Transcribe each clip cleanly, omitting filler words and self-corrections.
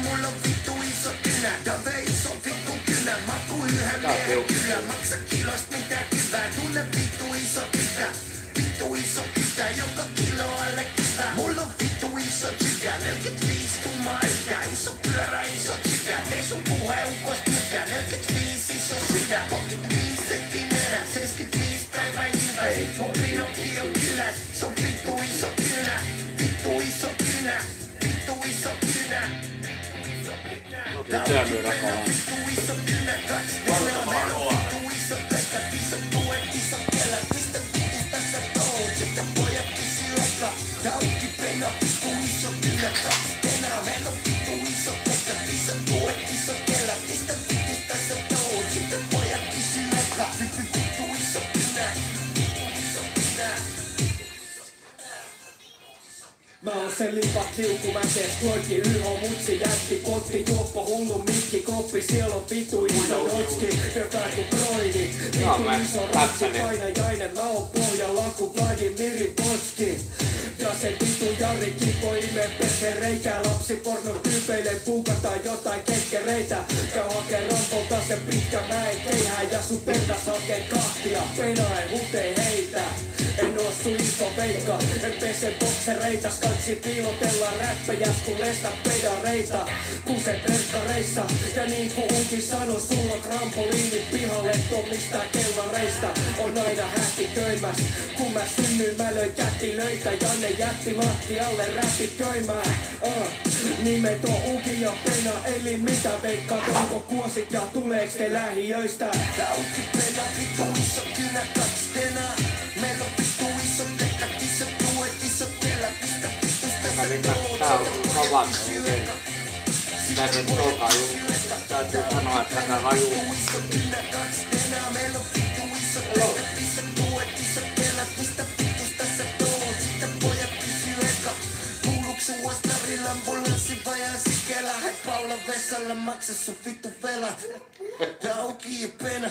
mulla on vittu iso kynä. Dave iso vittu kynä. Maku yhä meidän kyllä. Maksa kilosta mitä hyvää. Tunne vittu iso kytä. Vittu iso kytä. Joka kilo alle kytä. Mulla on vittu iso tykä. 45 tummaa ikä. Iso pyörä iso tykä. Tee sun puheukos tykä. 45 iso sydä. 35 senttinenä. 75 päivän ilta. Mun Pinokki on kylä. Se on vittu iso kynä. Vittu iso kynä. Vittu iso kynä. Tää on vittu iso kynä. 2 tonaa. Meillä on vittu iso pekka. Iso tue, iso kelä. Pistä vitista sä touhut. Sitten pojat kysyy eka. Taukki penna. Vittu iso kynä. 2 tonaa. Meillä on vittu iso pekka. Iso tue, iso kelä. Pistä vitista sä touhut. Sitten pojat kysyy eka. Vittu iso kynä. Iso kynä. Mä oon se lipat liuku, mä tees kloikki, yho, mutsi, jätti, kotti, juoppo, hullu, mikki, koppi, siellä on vitu iso rotski, pöpää ku broidi, vitu iso rotski, painajainen, mä oon pohjalla ku Vladimir Potski. Ja se vitu Jari kipoi imee perheen reikää, lapsi pornon tyypeilee puukataan jotain kekkereitä. Käy hakee rampolta sen pitkä mäen keihää ja sun pentas hakee kahtia, penae hutei heitä. En oo sun iso veikka, en pese boksereita, skatsi piilotella räppäjäs kun lesta pedareita. Kuset verkkareissa, ja niin kuin unkin sano, sulla on trampoliini pihalle, et mistään kellareista. On aina häkkiköimäs, kun mä synnyin mä löin kätilöitä, ja ne jätti lattialle räpiköimään. Nimet on unkin ja pena, eli mitä veikkaat, onko kuosit ja tuleeks te lähiöistä? Tää unkin pena, vittu iso kynä, 2 tenaa. Meillä on vittu iso tekka, iso tue, iso kelä, pistä vittusta sä touhut. Tää on kova oikein. Tää nyt olkaa täytyy sanoa, että tää raju. Vittu iso kynä, 2 tenaa. Meillä on vittu iso tekka, iso tue, iso kelä, pistä vittusta sä touhut. Sitten pojat kysyy eka. Kuuluuks sua starilla ambulanssi vai äsikä? Lähet Paulan vessalle, maksa sun vittu velat. Tää on kiipeenä.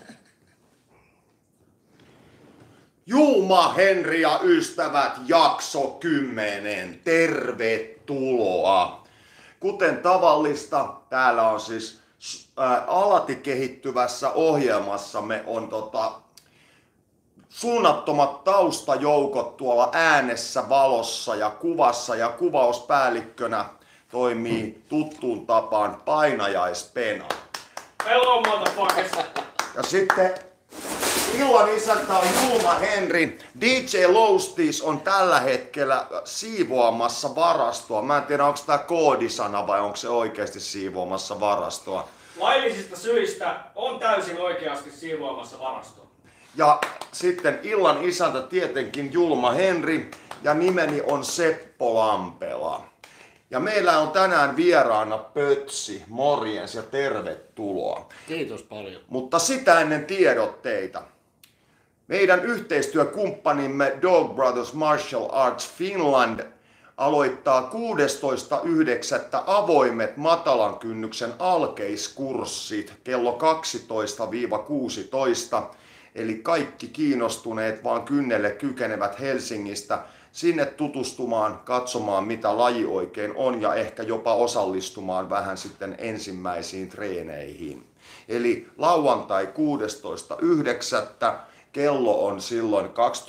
Julma, Henri ja ystävät, jakso 10. Tervetuloa. Kuten tavallista, täällä on siis alati kehittyvässä ohjelmassamme on suunnattomat taustajoukot tuolla äänessä, valossa ja kuvassa, ja kuvauspäällikkönä toimii tuttuun tapaan painajaispena. Hello motherfuckers! Ja sitten illan isäntä on Julma Henri. DJ Loustis on tällä hetkellä siivoamassa varastoa. Mä en tiedä, onko tää koodisana vai onko se oikeasti siivoamassa varastoa. Laillisista syistä on täysin oikeasti siivoamassa varastoa. Ja sitten illan isäntä tietenkin Julma Henri ja nimeni on Seppo Lampela. Ja meillä on tänään vieraana Pötsi. Morjens ja tervetuloa. Kiitos paljon. Mutta sitä ennen tiedotteita. Meidän yhteistyökumppanimme Dog Brothers Martial Arts Finland aloittaa 16.9. avoimet matalan kynnyksen alkeiskurssit kello 12-16. Eli kaikki kiinnostuneet vaan kynnelle kykenevät Helsingistä sinne tutustumaan, katsomaan mitä laji oikein on ja ehkä jopa osallistumaan vähän sitten ensimmäisiin treeneihin. Eli lauantai 16.9. kello on silloin 12-16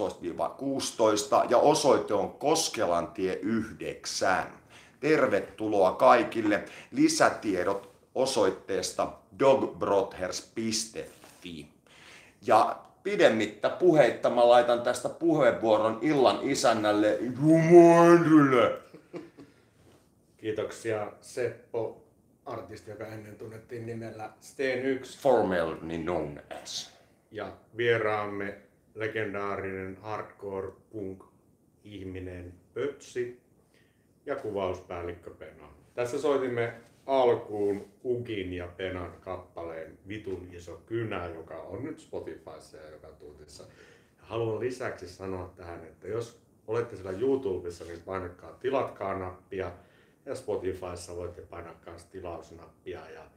ja osoite on Koskelantie 9. Tervetuloa kaikille. Lisätiedot osoitteesta dogbrothers.fi. Ja pidemmittä puheitta mä laitan tästä puheenvuoron illan isännälle Julma Henrille. Kiitoksia Seppo, artisti, joka ennen tunnettiin nimellä Steen 1. Formerly known as. Ja vieraamme legendaarinen hardcore punk ihminen Pötsi ja kuvauspäällikkö Pena. Tässä soitimme alkuun Ugin ja Penan kappaleen Vitun iso kynä, joka on nyt Spotifyssa ja joka tuutissa. Haluan lisäksi sanoa tähän, että jos olette siellä YouTubessa, niin painakaa tilatkaa nappia ja Spotifyssa voitte painaa myös tilausnappia ja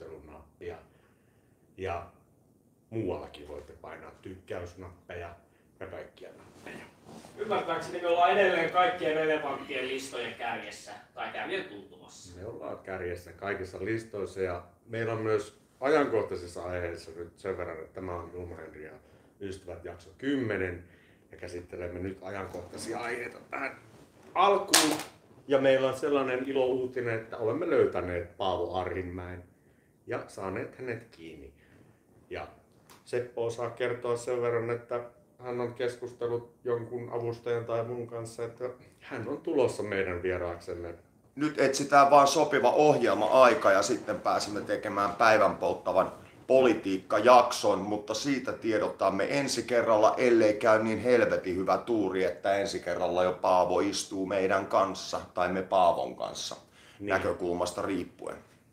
arvostelunappia. Ja muuallakin voitte painaa tykkäysnappeja. ja kaikkia näitä. Ymmärtääkseni me ollaan edelleen kaikkien relevanttien listojen kärjessä tai kävijän tuntumassa. Me ollaan kärjessä kaikissa listoissa ja meillä on myös ajankohtaisissa aiheissa nyt sen verran, että tämä on Julma Henri ja Ystävät jakso 10 ja käsittelemme nyt ajankohtaisia aiheita tähän alkuun. Ja meillä on sellainen ilouutinen, että olemme löytäneet Paavo Arhinmäen ja saaneet hänet kiinni. Ja Seppo osaa kertoa sen verran, että hän on keskustellut jonkun avustajan tai mun kanssa, että hän on tulossa meidän vieraaksemme. Nyt etsitään vaan sopiva ohjelma-aika ja sitten pääsemme tekemään päivän polttavan politiikkajakson, mutta siitä tiedottamme ensi kerralla, ellei käy niin helvetin hyvä tuuri, että ensi kerralla jo Paavo istuu meidän kanssa tai me Paavon kanssa näkökulmasta riippuen.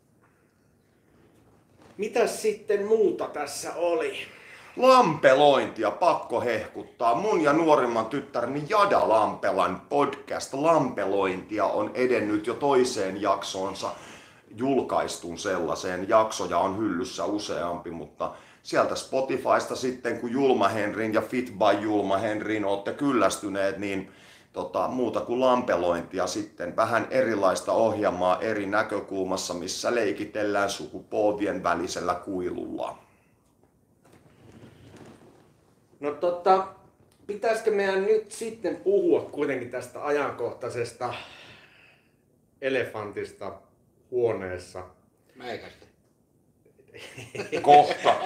Mitäs sitten muuta tässä oli? Lampelointia pakko hehkuttaa. Mun ja nuorimman tyttäreni Jada Lampelan podcast Lampelointia on edennyt jo toiseen jaksoonsa julkaistun sellaiseen. Jaksoja on hyllyssä useampi, mutta sieltä Spotifysta sitten kun Julma Henrin ja Fit by Julma Henrin olette kyllästyneet, niin muuta kuin lampelointia sitten. Vähän erilaista ohjelmaa eri näkökulmassa, missä leikitellään sukupolvien välisellä kuilulla. No pitäisikö meidän nyt sitten puhua kuitenkin tästä ajankohtaisesta elefantista huoneessa? Meikästä. Kohta.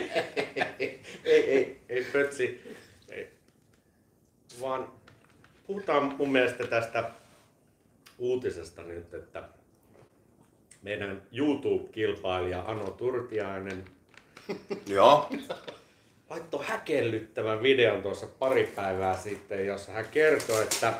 ei pötsi. Ei. Vaan puhutaan mun mielestä tästä uutisesta nyt, että meidän YouTube-kilpailija Ano Turtiainen Joo. laittoi häkellyttävän videon tuossa pari päivää sitten, jossa hän kertoi, että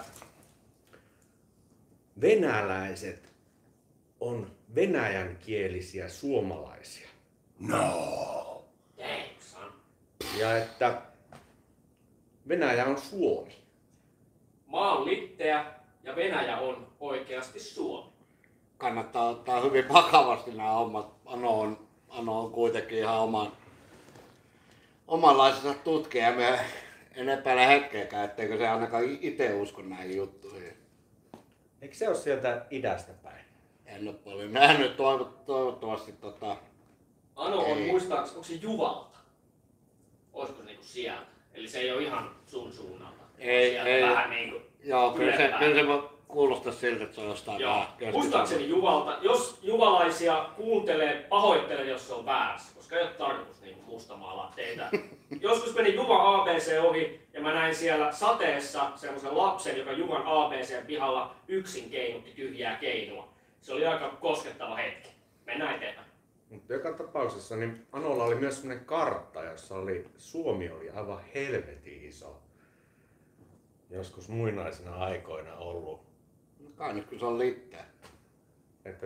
venäläiset on venäjänkielisiä suomalaisia. No. Ja että Venäjä on Suomi. Maa on litteä ja Venäjä on oikeasti Suomi. Kannattaa ottaa hyvin vakavasti nämä hommat. Ano on kuitenkin ihan omanlaisensa tutkija. Me en epäile hetkeäkään, etteikö se ainakaan itse usko näihin juttuihin. Eikö se ole sieltä idästä päin? En ole paljon nähnyt, toivottavasti Ano on ei. muistaakseni, onko se Juvalta? Olisiko se niinku sieltä? Eli se ei ole ihan sun suunnalta. Ei, Sieltä ei. vähän niinku Joo, kyllä ylempää. se kuulostaa siltä, että se on jostain Joo. vähän Muistaakseni Juvalta, jos juvalaisia kuuntelee, pahoittelen jos se on väärässä, koska ei ole tarkoitus niin mustamaalaa teitä. Joskus meni Juva ABC ohi ja mä näin siellä sateessa semmoisen lapsen, joka Juvan ABC pihalla yksin keinutti tyhjää keinua. Se oli aika koskettava hetki. Mennään eteenpäin. Mutta joka tapauksessa niin Anolla oli myös sellainen kartta, jossa Suomi oli aivan helvetin iso. Joskus muinaisina aikoina ollut. Kai nyt kun se on litteä. Että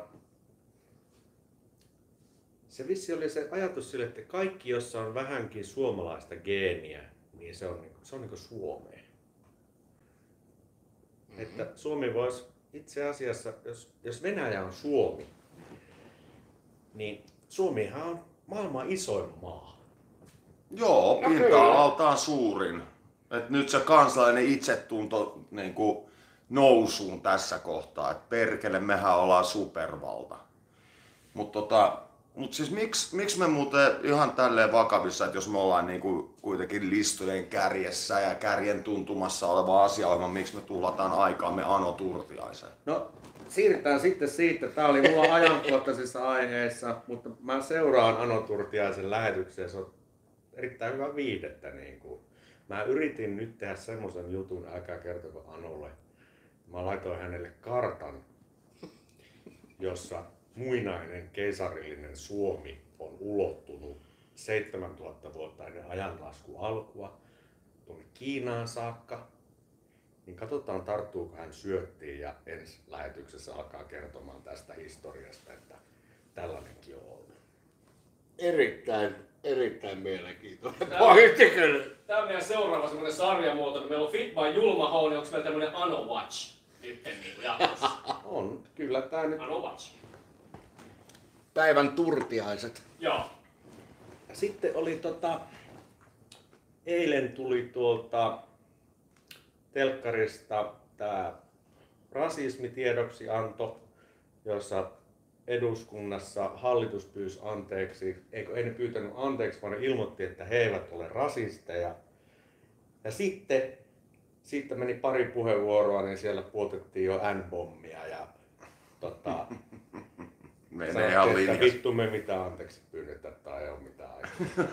se vissi oli se ajatus sille, että kaikki, jossa on vähänkin suomalaista geeniä, niin se on niinku Suomea. Mm-hmm. Että Suomi voisi itse asiassa, jos Venäjä on Suomi, niin Suomihan on maailman isoin maa. Joo, No pinta-alaltaan suurin. Et nyt se kansallinen itsetunto niin kuin nousuun tässä kohtaa. Et perkele, mehän ollaan supervalta. Mutta siis miksi me muuten ihan tälleen vakavissa, että jos me ollaan niin kuin kuitenkin listojen kärjessä ja kärjen tuntumassa oleva asiaohjelma, miksi me tuhlataan aikaamme Ano Turtiaiseen? No siirrytään sitten siitä. Tää oli mulla ajankohtaisissa aiheissa, mutta mä seuraan Ano Turtiaisen lähetyksiä. Se on erittäin hyvä viihdettä. Niin kuin. Mä yritin nyt tehdä semmoisen jutun, älkää kertoko Anolle. Mä laitoin hänelle kartan, jossa muinainen keisarillinen Suomi on ulottunut 7000 vuotta ennen ajanlaskun alkua tuonne Kiinaan saakka. Niin katsotaan, tarttuuko hän syöttiin ja ensi lähetyksessä alkaa kertomaan tästä historiasta, että tällainenkin on ollut. Erittäin mielenkiintoinen pointti kyllä. Tää on meidän seuraava semmonen sarjamuoto. Meillä on Fit by Julma H, niin onko meillä tämmönen Ano Watch? Nyt niinku jatkossa. On, kyllä tää nyt. Ano Watch. Päivän turtiaiset. Joo. Sitten oli eilen tuli tuolta telkkarista tämä rasismitiedoksianto, jossa eduskunnassa hallitus pyysi anteeksi, ei ne pyytänyt anteeksi, vaan ne ilmoitti, että he eivät ole rasisteja. Ja sitten meni pari puheenvuoroa, niin siellä puotettiin jo N-bommia ja menee ihan sanottiin, että linjassa. vittu me mitään anteeksi pyydetä tai ei ole mitään aikaa.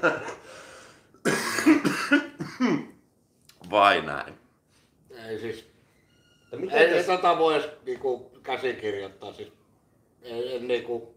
Vai näin? Ei siis, Miten ei tätä voi edes niinku käsikirjoittaa. Siis, ei niinku,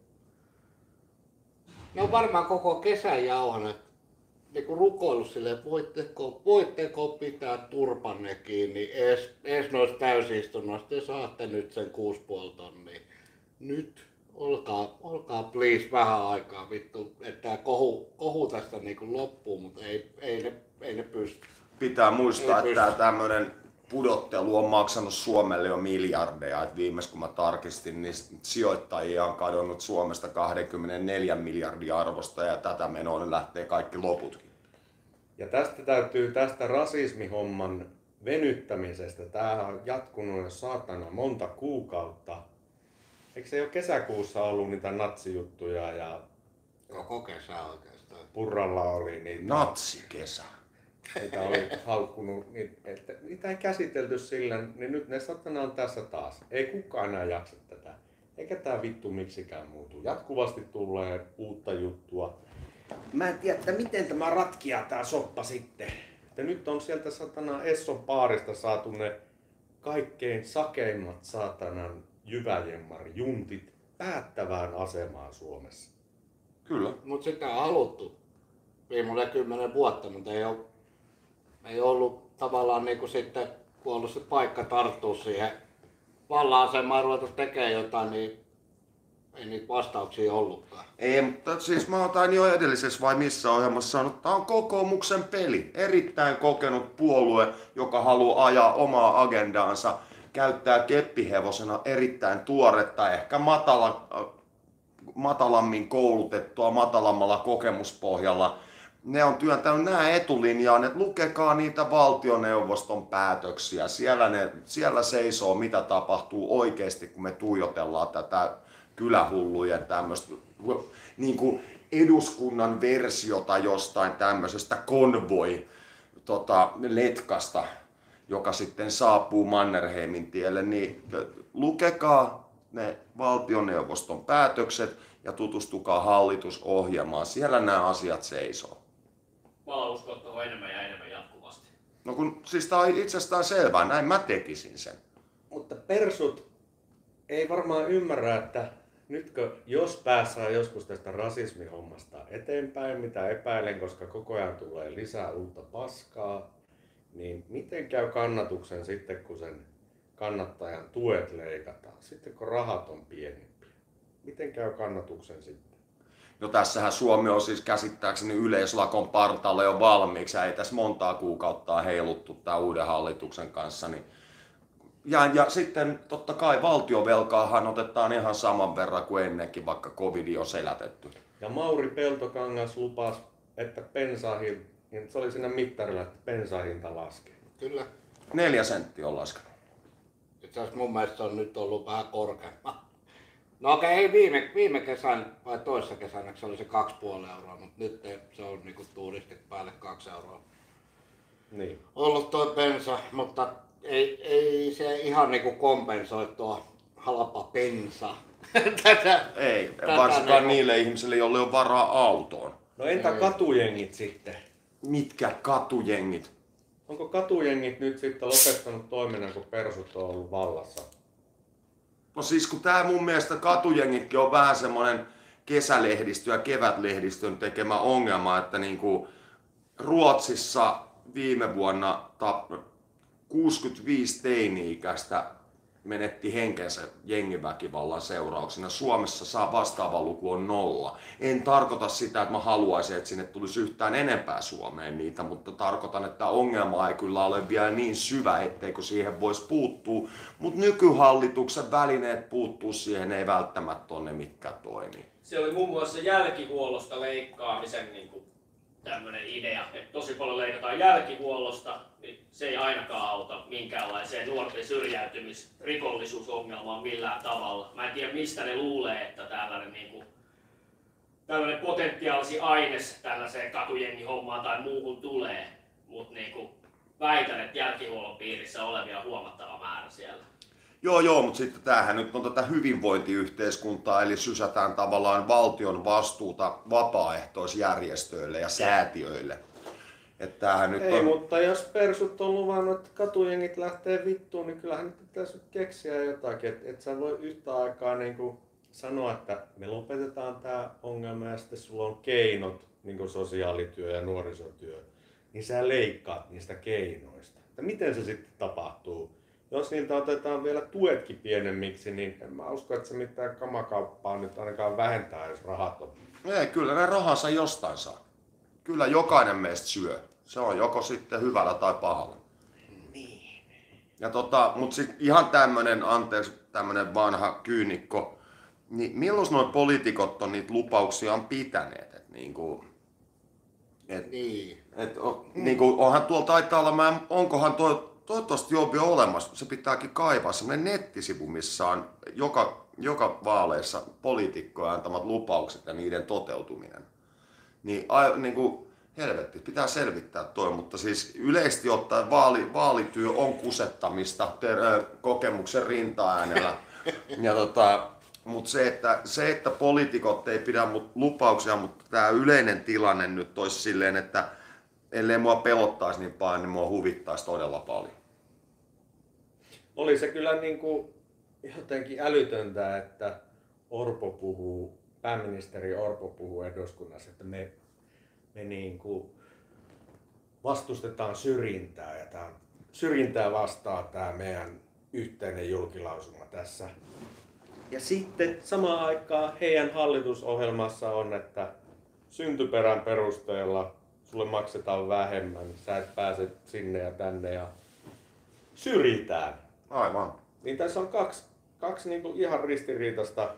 ne on varmaan koko kesän jauhaneet niinku rukoillut silleen, voitteko pitää turpanne kiinni ees noista täysistunnoista ja saatte nyt sen 6,5 tonnia. Nyt olkaa please vähän aikaa vittu, että tää kohu tästä niinku loppuu, mutta ei ne pysty. Pitää muistaa, Ei että pysty. tämmönen pudottelu on maksanut Suomelle jo miljardeja. Et viimeis kun mä tarkistin, niin sijoittajia on kadonnut Suomesta 24 miljardin arvosta ja tätä menoa ne lähtee kaikki loputkin. Ja tästä rasismihomman venyttämisestä, tämä on jatkunut jo saatana monta kuukautta. Eikö se jo kesäkuussa ollut niitä natsijuttuja ja Koko kesä oikeastaan. Purralla oli niitä, Natsikesä. niitä oli haukkunut, että niitä ei käsitelty sillä, niin nyt ne satana on tässä taas. Ei kukaan enää jaksa tätä. Eikä tää vittu miksikään muutu. Jatkuvasti tulee uutta juttua. Mä en tiedä, että miten tämä ratkeaa tää soppa sitten. Että nyt on sieltä satana Esson baarista saatu ne kaikkein sakeimmat saatanan jyväjemmari-juntit päättävään asemaan Suomessa. Kyllä. Mut sitä on haluttu viimeinen 10 vuotta, mutta ei ollut tavallaan niinku sitten, kun ollut se paikka tarttua siihen vallan-asemaan ruveta tekemään jotain, niin ei niitä vastauksia ollutkaan. Ei, mutta siis mä otan jo edellisessä vai missä ohjelmassa sanonut, että tää on kokoomuksen peli. Erittäin kokenut puolue, joka haluaa ajaa omaa agendaansa, käyttää keppihevosena erittäin tuoretta, ehkä matalammin koulutettua, matalammalla kokemuspohjalla. Ne on työntänyt nämä etulinjaan, että lukekaa niitä valtioneuvoston päätöksiä. Siellä seisoo, mitä tapahtuu oikeasti, kun me tuijotellaan tätä kylähullujen tämmöistä niin kuin eduskunnan versiota jostain tämmöisestä konvoi-letkasta, joka sitten saapuu Mannerheimin tielle, niin lukekaa ne valtioneuvoston päätökset ja tutustukaa hallitusohjelmaan. Siellä nämä asiat seisoo. Mä oon uskottava enemmän ja enemmän jatkuvasti. No kun, siis tää on itsestään selvää, näin mä tekisin sen. Mutta persut ei varmaan ymmärrä, että nytkö, jos päässään joskus tästä rasismihommasta eteenpäin, mitä epäilen, koska koko ajan tulee lisää uutta paskaa, niin miten käy kannatuksen sitten, kun sen kannattajan tuet leikataan, sitten kun rahat on pienempiä? Miten käy kannatuksen sitten? No tässähän Suomi on siis käsittääkseni yleislakon partaalle jo valmiiksi ja ei tässä montaa kuukautta heiluttu tämän uuden hallituksen kanssa. Niin ja sitten totta kai valtiovelkaahan otetaan ihan saman verran kuin ennenkin, vaikka covid on selätetty. Ja Mauri Peltokangas lupasi, että niin se oli siinä mittarilla, että bensahinta laskee. Kyllä. 4 senttiä on laskenut. Itse asiassa mun mielestä se on nyt ollut vähän korkeampaa. No okei, ei viime kesän vai toissa kesänä se oli se 2,5 euroa, mutta nyt se on niinku tuuristi päälle 2 euroa. Niin. Ollut toi bensa, mutta ei se ihan niinku kompensoi tuo halpa bensa. Ei, Tätä varsinkaan niinku- niille ihmisille, joille on varaa autoon. No entä katujengit sitten? Mitkä katujengit? Onko katujengit nyt sitten lopettanut toiminnan, kun persut on ollut vallassa? No siis kun tää mun mielestä katujengitkin on vähän semmonen kesälehdistö ja kevätlehdistön tekemä ongelma, että niinku Ruotsissa viime vuonna 65 teini-ikäistä menetti henkensä jengiväkivallan seurauksena. Suomessa vastaava luku on 0. En tarkoita sitä, että mä haluaisin, että sinne tulisi yhtään enempää Suomeen niitä, mutta tarkoitan, että ongelma ei kyllä ole vielä niin syvä, etteikö siihen voisi puuttua. Mutta nykyhallituksen välineet puuttuu siihen, ei välttämättä ole ne, mitkä toimii. Se oli muun muassa jälkihuollosta leikkaamisen tämmöinen idea, että tosi paljon leikataan jälkihuollosta, niin se ei ainakaan auta minkäänlaiseen nuorten syrjäytymisrikollisuusongelmaan millään tavalla. Mä en tiedä mistä ne luulee, että tällainen potentiaalisi aines tällaiseen katujengihommaan tai muuhun tulee, mutta väitän, että jälkihuollon piirissä olevia huomattava määrä siellä. Joo, mutta sitten tämähän nyt on tätä hyvinvointiyhteiskuntaa, eli sysätään tavallaan valtion vastuuta vapaaehtoisjärjestöille ja säätiöille. Että tämähän nyt Ei, on... mutta jos persut on luvannut, että katujengit lähtee vittuun, niin kyllähän nyt pitäisi keksiä jotakin. Et sä voi yhtä aikaa niinku sanoa, että me lopetetaan tämä ongelma ja sitten sulla on keinot, niin kuin sosiaalityö ja nuorisotyö, niin sä leikkaat niistä keinoista. Että miten se sitten tapahtuu? Jos niiltä otetaan vielä tuetkin pienemmiksi, niin en mä usko, että se mitään kamakauppaa nyt ainakaan vähentää, jos rahat on. Ei, kyllä ne rahansa jostain saa. Kyllä jokainen meistä syö. Se on joko sitten hyvällä tai pahalla. Niin. Ja mutta sitten ihan tämmönen vanha kyynikko, niin milloin nuo poliitikot on niitä lupauksia pitäneet? Onhan tuolla taitaa olla, onkohan toivottavasti jo olemassa, se pitääkin kaivaa, semmoinen nettisivu, missä on joka vaaleissa poliitikkojen antamat lupaukset ja niiden toteutuminen. Helvetti, pitää selvittää toi, mutta siis yleisesti ottaen vaalityö on kusettamista kokemuksen rintaäänellä. Mutta se, että poliitikot ei pidä lupauksia, mutta tämä yleinen tilanne nyt olisi silleen, että ellei mua pelottaisi niin paljon, niin mua huvittaisi todella paljon. Oli se kyllä jotenkin älytöntä, että pääministeri Orpo puhuu eduskunnassa, että me vastustetaan syrjintää ja syrjintää vastaa tämä meidän yhteinen julkilausuma tässä. Ja sitten samaan aikaan heidän hallitusohjelmassa on, että syntyperän perusteella sulle maksetaan vähemmän, sä et pääse sinne ja tänne ja syrjitään. Aivan. Niin tässä on kaksi ihan ristiriitaista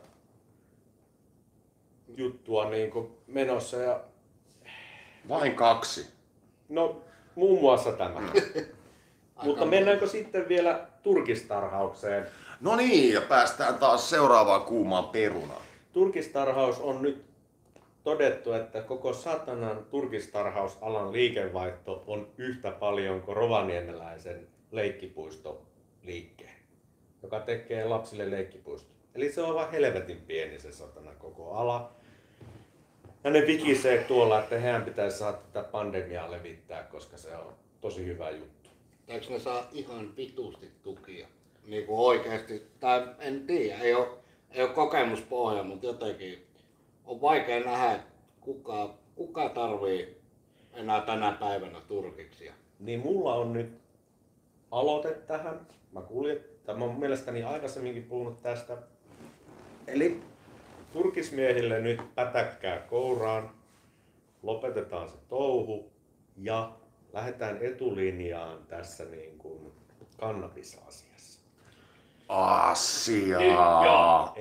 juttua menossa. Ja... Vain 2. No muun muassa tämä. Mutta mennäänkö sitten vielä turkistarhaukseen? No niin, ja päästään taas seuraavaan kuumaan perunaan. Turkistarhaus on nyt todettu, että koko satanan turkistarhausalan liikevaihto on yhtä paljon kuin rovaniemeläisen leikkipuistoliikkeen, joka tekee lapsille leikkipuisto. Eli se on vaan helvetin pieni se satana koko ala. Ja ne vikisee tuolla, että heidän pitäisi saada tätä pandemiaa levittää, koska se on tosi hyvä juttu. Eikö ne saa ihan vitusti tukia? Niin kuin oikeasti, tai en tiedä, ei ole kokemuspohja, mutta jotenkin on vaikea nähdä, että kuka tarvii enää tänä päivänä turkiksia. Niin mulla on nyt aloite tähän. Mä oon mielestäni aikaisemminkin puhunut tästä. Eli turkismiehille nyt pätäkkää kouraan, lopetetaan se touhu ja lähdetään etulinjaan tässä kannabisasiassa. Asiaa.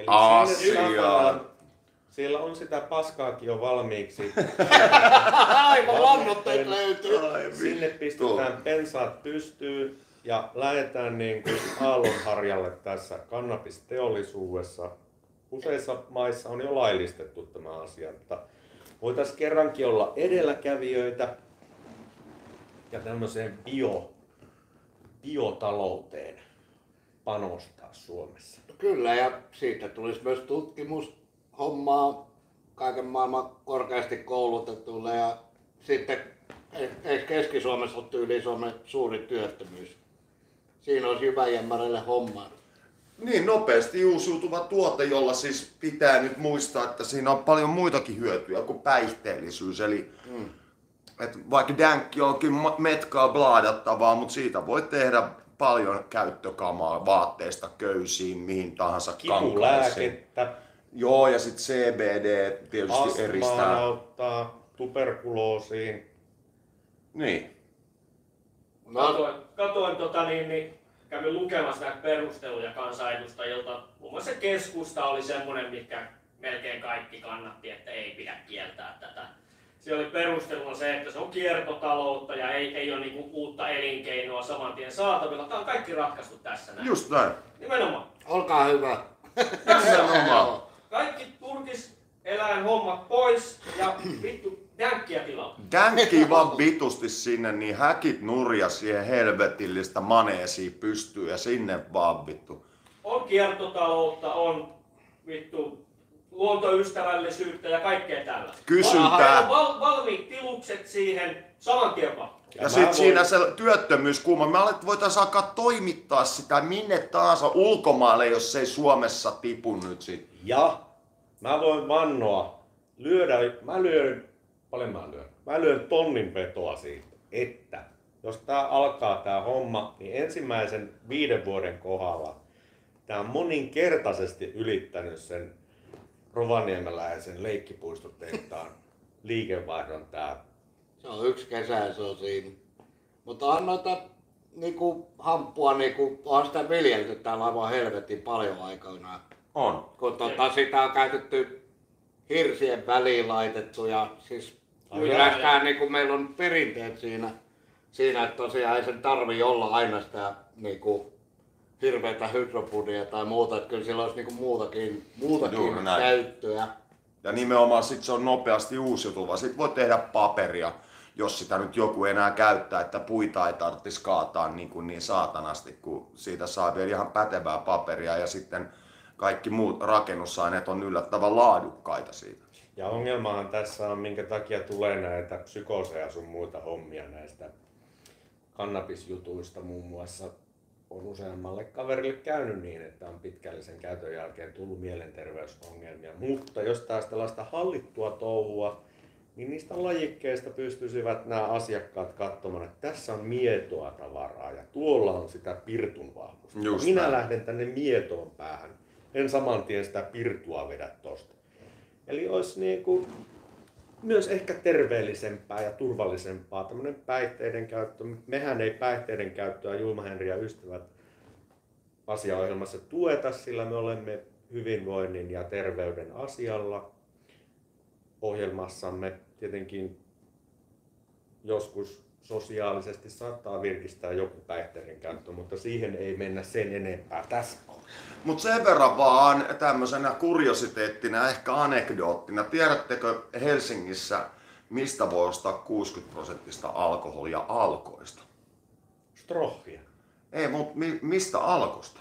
Siellä on sitä paskaakin jo valmiiksi. Aivan lannoitteet löytyy. Sinne pistetään pensaat pystyyn ja lähdetään aallonharjalle tässä kannabisteollisuudessa. Useissa maissa on jo laillistettu tämä asia, mutta voitaisiin kerrankin olla edelläkävijöitä ja tämmöiseen biotalouteen panostaa Suomessa. Kyllä, ja siitä tulisi myös tutkimushommaa kaiken maailman korkeasti koulutetuille ja sitten Keski-Suomessa on tyyliin Suomen suuri työttömyys. Siinä olisi hyvä jämmärille hommaa. Niin, nopeasti uusiutuva tuote, jolla siis pitää nyt muistaa, että siinä on paljon muitakin hyötyjä kuin päihteellisyys. Eli että vaikka dänkki onkin metkaa blaadattavaa, mutta siitä voi tehdä paljon käyttökamaa vaatteista köysiin, mihin tahansa kankaisiin. Kipulääkettä. Joo, ja sitten CBD tietysti Astmaan eristää. auttaa, tuberkuloosiin. Niin. Katoin kävin lukemassa näitä perusteluja kansanedustajilta. Muun muassa keskusta oli semmoinen, mitkä melkein kaikki kannatti, että ei pidä kieltää tätä. siellä oli perusteluna se, että se on kiertotaloutta ja ei ole niinku uutta elinkeinoa saman tien saatavilla. Tämä on kaikki ratkaistu tässä näin. Just näin. Nimenomaan. Olkaa hyvä. Nimenomaan. Kaikki turkiseläinhommat pois ja vittu dänkkiä tilalla. Dänkkii vaan vitusti sinne, niin häkit nurja siihen helvetillistä maneesiin pystyy ja sinne vaan vittu. On kiertotaloutta, on vittu luontoystävällisyyttä ja kaikkea tällaista. Kysyntää. Valmiit tilukset siihen saman tien vaan. Ja sit siinä se työttömyyskuuma. Me voitaisiin alkaa toimittaa sitä minne tahansa ulkomaille, jos se ei Suomessa tipu nyt sit. Ja mä voin vannoa, mä lyön tonnin vetoa siitä, että jos tää alkaa tää homma, niin ensimmäisen 5 vuoden kohdalla tää on moninkertaisesti ylittänyt sen rovaniemeläisen leikkipuistotehtaan liikevaihdon tää. Se on 1 kesä ja se on siinä. Mutta on noita niinku hamppua, niinku, on sitä viljelty täällä aivan helvetin paljon aikoinaan. On. Kun sitä on käytetty hirsien väliin laitettu ja siis myöskään niinku meillä on perinteet siinä että tosiaan ei sen tarvii olla aina sitä niinku hirveätä hydropudia tai muuta, että kyllä sillä olisi niinku muutakin käyttöä. Ja nimenomaan sit se on nopeasti uusiutuva. Sit voi tehdä paperia, jos sitä nyt joku enää käyttää, että puita ei tarvitsisi kaataa niin saatanasti, kun siitä saa vielä ihan pätevää paperia ja sitten kaikki muut rakennusaineet on yllättävän laadukkaita siitä. Ja ongelmahan tässä on, minkä takia tulee näitä psykooseja sun muita hommia näistä kannabisjutuista muun muassa. On useammalle kaverille käynyt niin, että on pitkällisen käytön jälkeen tullut mielenterveysongelmia. Mutta jos taas tällaista hallittua touhua, niin niistä lajikkeista pystyisivät nämä asiakkaat katsomaan, että tässä on mietoa tavaraa ja tuolla on sitä pirtun vahvuutta. Minä lähden tänne mietoon päähän. En saman tien sitä pirtua vedä tosta. Eli olisi niin kuin myös ehkä terveellisempää ja turvallisempaa tämmöinen päihteiden käyttö. Mehän ei päihteiden käyttöä Julma Henri ja ystävät asiaohjelmassa tueta, sillä me olemme hyvinvoinnin ja terveyden asialla ohjelmassamme. Tietenkin joskus sosiaalisesti saattaa virkistää joku päihteiden käyttö, mutta siihen ei mennä sen enempää tässä. Mutta sen verran vaan tämmöisenä kuriositeettina, ehkä anekdoottina. Tiedättekö Helsingissä, mistä voi ostaa 60% alkoholia Alkoista? Strohia. Ei, mutta mistä Alkosta?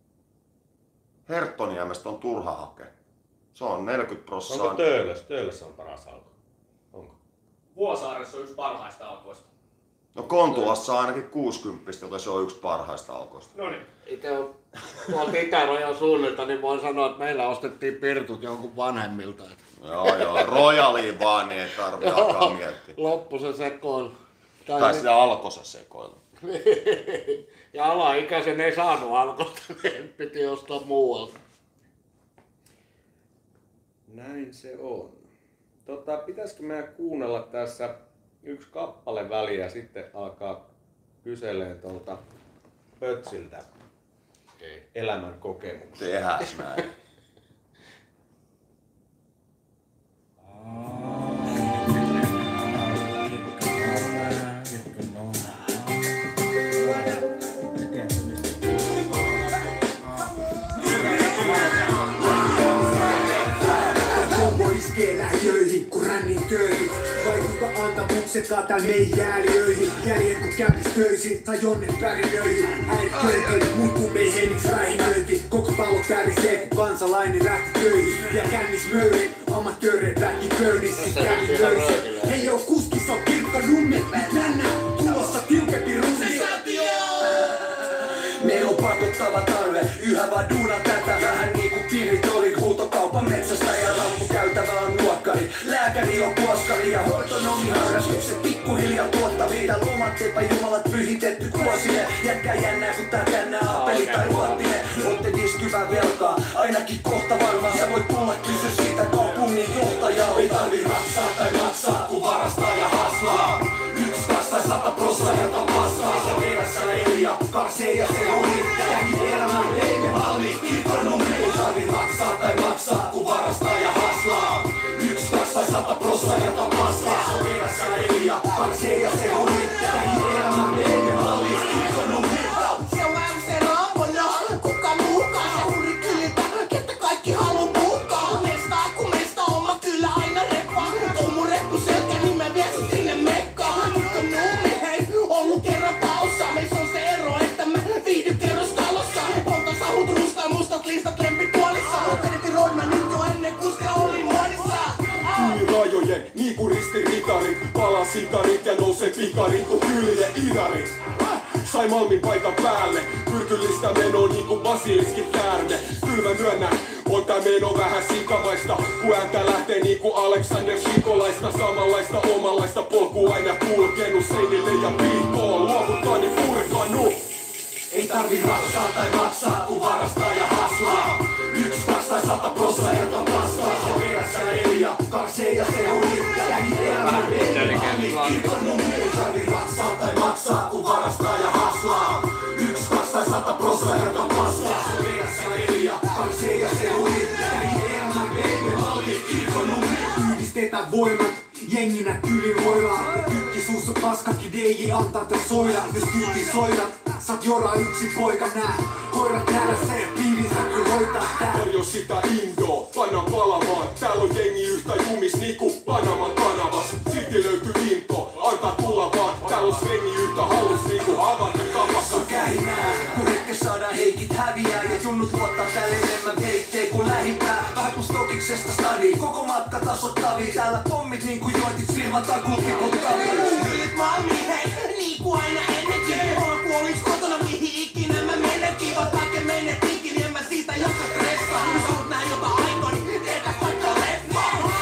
Herttoniemestä on turha hakea. Se on 40%. Onko Töölössä? Töölössä on paras alko. Onko? Vuosaaressa on yksi parhaista alkoista. No Kontulassa on ainakin 60, joten se on yksi parhaista Alkoista. No niin. Itse on tuolta Itärajan suunnilta, niin voin sanoa, että meillä ostettiin pirtut jonkun vanhemmilta. Joo, Royaliin vaan, niin ei tarvitse alkaa miettiä. Loppu se sekoilu. Tai sitä Alkossa sekoilu. Ja alaikäisen ei saanut Alkolta, niin piti ostaa muualta. Näin se on. Pitäisikö meidän kuunnella tässä yksi kappale väliä ja sitten alkaa kyseleen tuolta Pötsiltä elämän kokemuksia. Tehäs näin. Lähiöihin, kun rännin töihin. Vaikuta antamukset kaataa meihin jääliöihin. Jäljet kun kämpis töisin tai jonnet pärinöihin. Äidit köytiin, mut kun mei henniks rähinöitiin. Koko talo kärisee, kun kansalainen lähti töihin. Ja kännis möyrin, amatööreet väkki köynissä. Kävi löysin. Hei joo, kuskis on kirkka numme. Nyt mennään, tulossa tiukempi runni. Meillä on pakottava tarve, yhä vaan duuna tätä. Vähän niinku piritorin huutokaupan metsästä ja rampukäytävä on nuokkari. Lääkäri on puoskari ja hortonomi harrastukset pikkuhiljaa tuottavia. Lomat epäjumalat pyhitetty kuosille. Jätkä jännää kun tää tännää apeli tai ruottinen. Ootte diskyvää velkaa, ainakin kohta varmaan. Sä voit tulla kysy siitä kaupungin johtajaa. Ei tarvii maksaa tai maksaa kun varastaa ja haslaa. 1, 2 tai 100% jota paskaa. Se vierässä Elia, 2 ei ja se oli. Jäkin elämän ei me valmiit. Kirkkonummi ei tarvii maksaa tai maksaa kun varastaa ja haslaa. 1, 2 tai 100% jota paskaa. sikarit ja nousee pikarit kun kylje inarit. Sai Malmin paikan päälle, myrkyllistä menoa niinku basiliskin käärme. Kyllä mä myönnän, on tää meno vähän sikamaista, kun ääntä lähtee niinku Alexander Sikolaista. Samanlaista omanlaista polkua aina kulkenut seinille ja piikkoon. Luovuttaa niin purkanut. Ei tarvi raksaa tai maksaa, kun varastaa ja haslaa. 1, 2 tai 100% herton paskaa. Se perässä Elia, 2 ja se on yrittäjä. Elämän ei tarvi raksaa tai maksaa, kun varastaa ja haslaa. 1, 2 tai 100% herton paskaa. Se perässä Elia, 2 ja se on yrittäjä. Elämän ei valmiit yhdistetään voimat. Jenginä kyli voidaan. Tykki suussa paskakin DJ antaa te soida. Jos tyyppi soidat, saat joraa yksi poika nää. Koirat näärässä ja piivinsä kun hoitaa tää. Tarjo sitä Indoa, paina palamaan. Täällä on jengi yhtä jumis niinku Panaman kanavas. Silti löytyy into, antaa tulla vaan. Täällä on svengi yhtä hallus niinku Havana kapassa. Kähinää, kun hetke saadaan heikit häviää. Ja junnut luottaa täällä enemmän heittee kuin lähimpää. Vähän kun stokiksesta stadii, koko matka tasoittavii. Täällä pommit niinku jointit silmataan kulkikottavii. Ylit Malmi hei, niinku aina ennenkin. Polku olis kotona mihin ikinä mä menen. Kivat vaikka menet ikinä, en mä siitä jaksa stressaa. Sä oot näin jopa aikoni, teetä vaikka leffaa.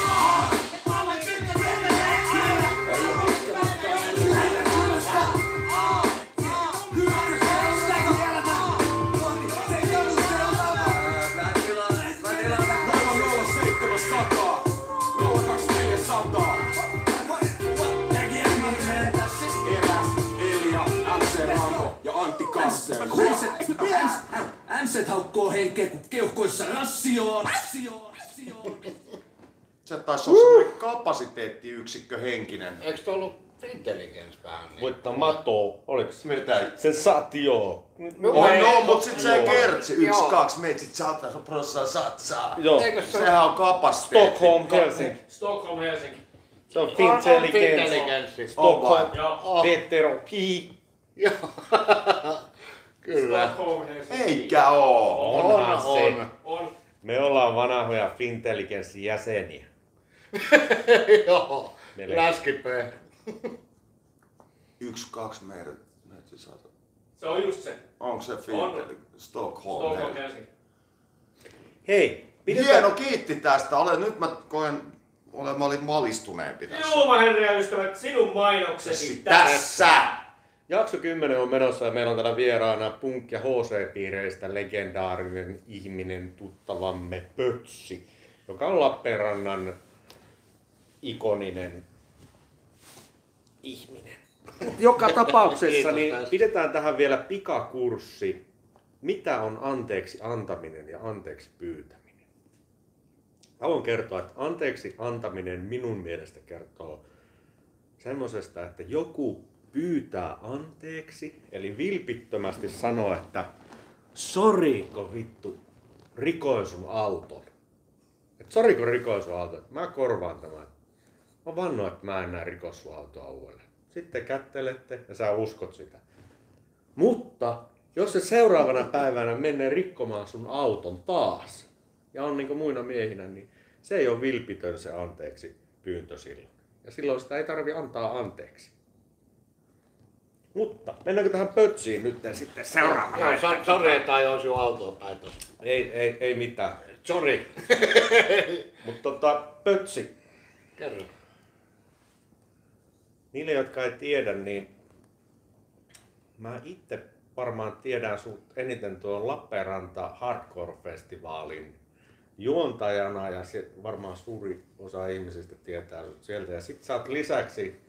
Ämset haukkoo henkeä kun keuhkoissa rassioon. Se taisi olla semmoinen kapasiteettiyksikkö henkinen. Eikö tuo ollut intelligence vähän niin? Voittaa mato, oliks Mitä? sensaatio? No, mut sit se kertsi. 1, 2, metsit 100% satsaa. Joo. Eikö se Sehän on kapasiteetti. Stockholm, Helsinki. Stockholm, Helsinki. Se on intelligence. Fintelligence. Stockholm, Joo. Heteroki. Joo. Kyllä. Stockholm, Helsinki. Eikä oo. Onhan se. On. Me ollaan vanhoja Fintelligenssin jäseniä. Joo. Melkein. Läskipää. 1, 2 metsit 100. Se on just se. Onko se Fintel? Stockholm. Stockholm, Helsinki. Hei, Hieno, kiitti tästä. Nyt mä koen, mä olin valistuneempi tässä. Julma Henri ja ystävät, sinun mainoksesi Tässä! Jakso 10 on menossa ja meillä on täällä vieraana punk- ja HC-piireistä legendaarinen ihminen, tuttavamme Pötsi, joka on Lappeenrannan ikoninen ihminen. Joka tapauksessa niin pidetään tähän vielä pikakurssi. Mitä on anteeksi antaminen ja anteeksi pyytäminen? Haluan kertoa, että anteeksi antaminen minun mielestä kertoo semmosesta, että joku pyytää anteeksi, eli vilpittömästi sanoo, että sori kun vittu rikoin sun auton. Et sori kun rikoin sun auton, mä korvaan tämän. Mä vannoin, että mä en näe rikos sun autoa uudelleen. Sitten kättelette ja sä uskot sitä. Mutta jos se seuraavana päivänä menee rikkomaan sun auton taas ja on niinku muina miehinä, niin se ei ole vilpitön se anteeksi pyyntö silloin. Ja silloin sitä ei tarvi antaa anteeksi. Mutta mennäänkö tähän Pötsiin nyt sitten seuraavana? Joo, sori, että ajoin sun autoa päin tossa. Ei mitään. Sori. Mutta Pötsi, Kerro. niille jotka ei tiedä, niin mä itse varmaan tiedän sut eniten tuon Lappeenranta Hardcore-festivaalin juontajana ja varmaan suuri osa ihmisistä tietää sut sieltä. Ja sit sä oot lisäksi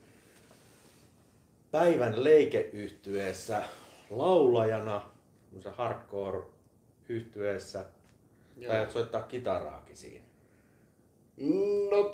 Päivän leikeyhtyeessä laulajana, hardcore-yhtyeessä. Tai soittaa kitaraakin siinä. No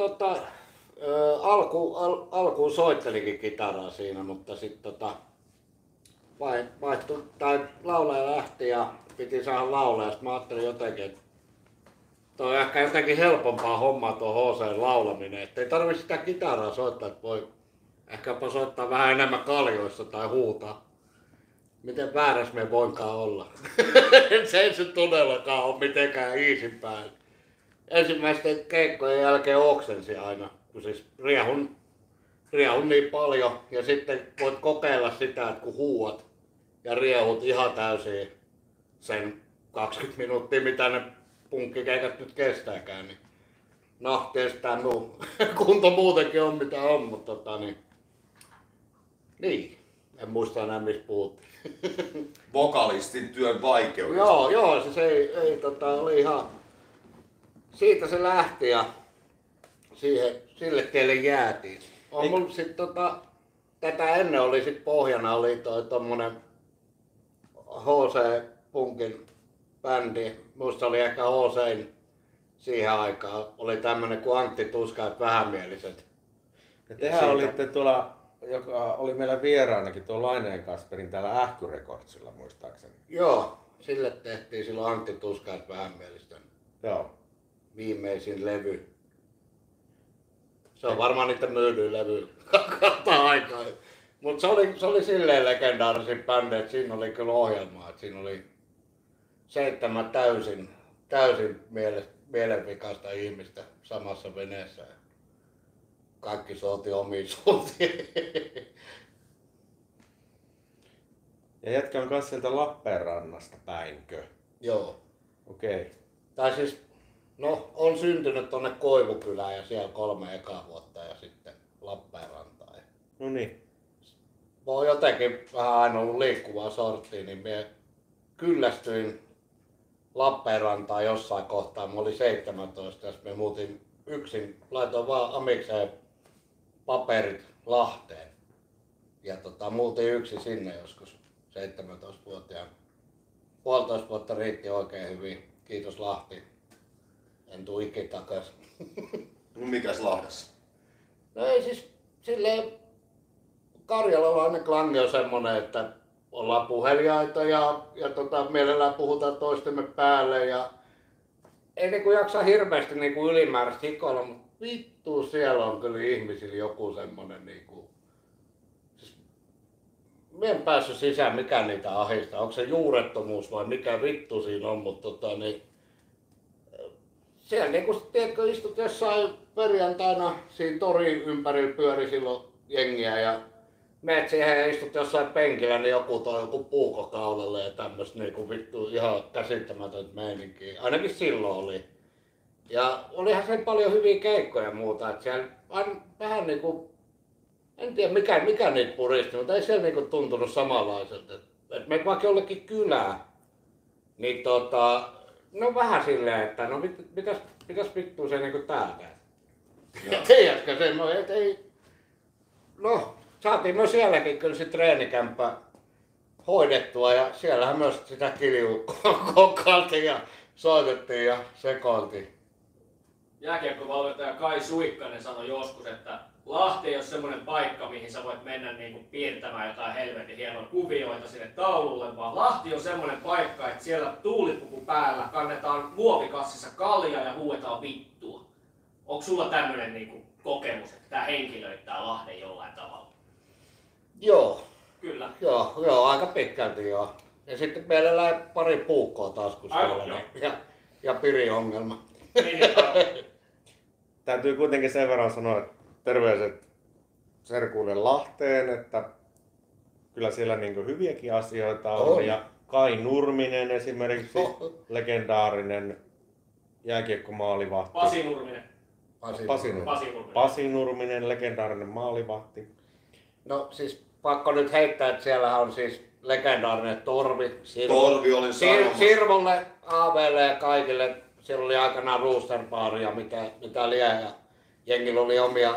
alkuun soittelikin kitaraa siinä, mutta sitten vaihtui, tai laulaja lähti ja piti saada laulaa. Sitten mä ajattelin jotenkin, että toi on ehkä jotenkin helpompaa hommaa tuo HC laulaminen. Että ei tarvitse sitä kitaraa soittaa, että voi ehkäpä soittaa vähän enemmän kaljoissa tai huutaa. Miten väärässä me voinkaan olla? Se ei se todellakaan ole mitenkään iisimpää. Ensimmäisten keikkojen jälkeen oksensi aina, kun siis riehun riehut niin paljon ja sitten voit kokeilla sitä, että kun huuat ja riehut ihan täysin sen 20 minuuttia, mitä ne punkkikeikat nyt kestääkään, niin no kestää minun kunto muutenkin on mitä on, mutta niin, en muista enää mistä puhuttiin. Vokalistin työn vaikeudesta. Joo, siis ei oli ihan, siitä se lähti ja sille tielle jäätiin. On mun sit tätä ennen oli sit pohjana oli tommonen HC Punkin bändi, musta oli ehkä HC:n siihen aikaan, oli tämmönen kuin Antti Tuska ja Vähämieliset. Ja tehän olitte tuolla, joka oli meillä vieraanakin tuo Laineen Kasperin täällä Ähky Recordsilla muistaakseni. Joo, sille tehtiin silloin Antti Tuska ja Vähämielisten Joo. viimeisin levy. Se on varmaan niitä myydyin levy kautta aikaa. Mut se oli silleen legendaarisin bändi, että siinä oli kyllä ohjelmaa, että siinä oli 7 täysin mielenvikaista ihmistä samassa veneessä. Kaikki sooti omiin suuntiin. Ja jätkä on kanssa sieltä Lappeenrannasta päinkö? Joo. Okei. Tai siis, no, on syntynyt tonne Koivukylään ja siellä 3 ekaa vuotta ja sitten Lappeenrantaan. No niin. Mä oon jotenkin vähän aina ollut liikkuvaa sorttia, niin mä kyllästyin Lappeenrantaan jossain kohtaa. Mä olin 17 ja me muutin yksin, laitoin vaan amikseen paperit Lahteen. Ja muutin yksin sinne joskus 17-vuotiaana. 1,5 vuotta riitti oikein hyvin. Kiitos Lahti. En tuu ikin takas. No mikäs Lahdessa? No ei siis silleen karjalalainen klangi on semmonen, että ollaan puheliaita ja mielellään puhutaan toistemme päälle ja ei niinku jaksa hirveästi niinku ylimääräistä hikoilla, mutta vittu siellä on kyllä ihmisillä joku semmonen niinku. Siis, mä en päässyt sisään mikä niitä ahdistaa, onko se juurettomuus vai mikä vittu siinä on, mutta siellä niinku tiedätkö istut jossain perjantaina siinä torin ympärillä pyöri silloin jengiä ja meet siihen ja istut jossain penkillä, niin joku toi joku puuko kaulalle ja tämmöstä niinku vittu ihan käsittämätöntä meininkiä. Ainakin silloin oli. Ja olihan se paljon hyviä keikkoja ja muuta, että siellä vähän niinku, en tiedä mikä niitä puristi, mutta ei siellä niinku tuntunut samanlaiselta. Et meet vaikka jollekin kylään, niin no vähän silleen, että no mitäs vittua se niinku täältä. Tiedätkö sen, no ei, no saatiin myös sielläkin kyllä se treenikämppä hoidettua ja siellähän myös sitä kiljuukkoa kokailtiin ja soitettiin ja sekoiltiin. Jääkiekkovalmentaja Kai Suikkanen sanoi joskus, että Lahti ei ole semmoinen paikka, mihin sä voit mennä niinku piirtämään jotain helvetin hienoja kuvioita sinne taululle, vaan Lahti on semmoinen paikka, että siellä tuulipuku päällä kannetaan muovikassissa kaljaa ja huuetaan vittua. Onko sulla tämmöinen niinku kokemus, että tää henkilöittää Lahden jollain tavalla? Joo. Kyllä. Joo, aika pitkälti joo. Ja sitten mielellään pari puukkoa taskussa ja piriongelma. Täytyy kuitenkin sen verran sanoa, että terveiset serkuille Lahteen, että kyllä siellä niinku hyviäkin asioita on. Ja Kai Nurminen esimerkiksi, legendaarinen jääkiekkomaalivahti. Pasi Nurminen. Pasi Nurminen, legendaarinen maalivahti. No siis pakko nyt heittää, että siellä on siis legendaarinen Torvi. Torvi oli sanomassa. Sirvolle, AVlle ja kaikille. Siellä oli aikanaan roosterbaaria, mitä liian ja jengillä oli omia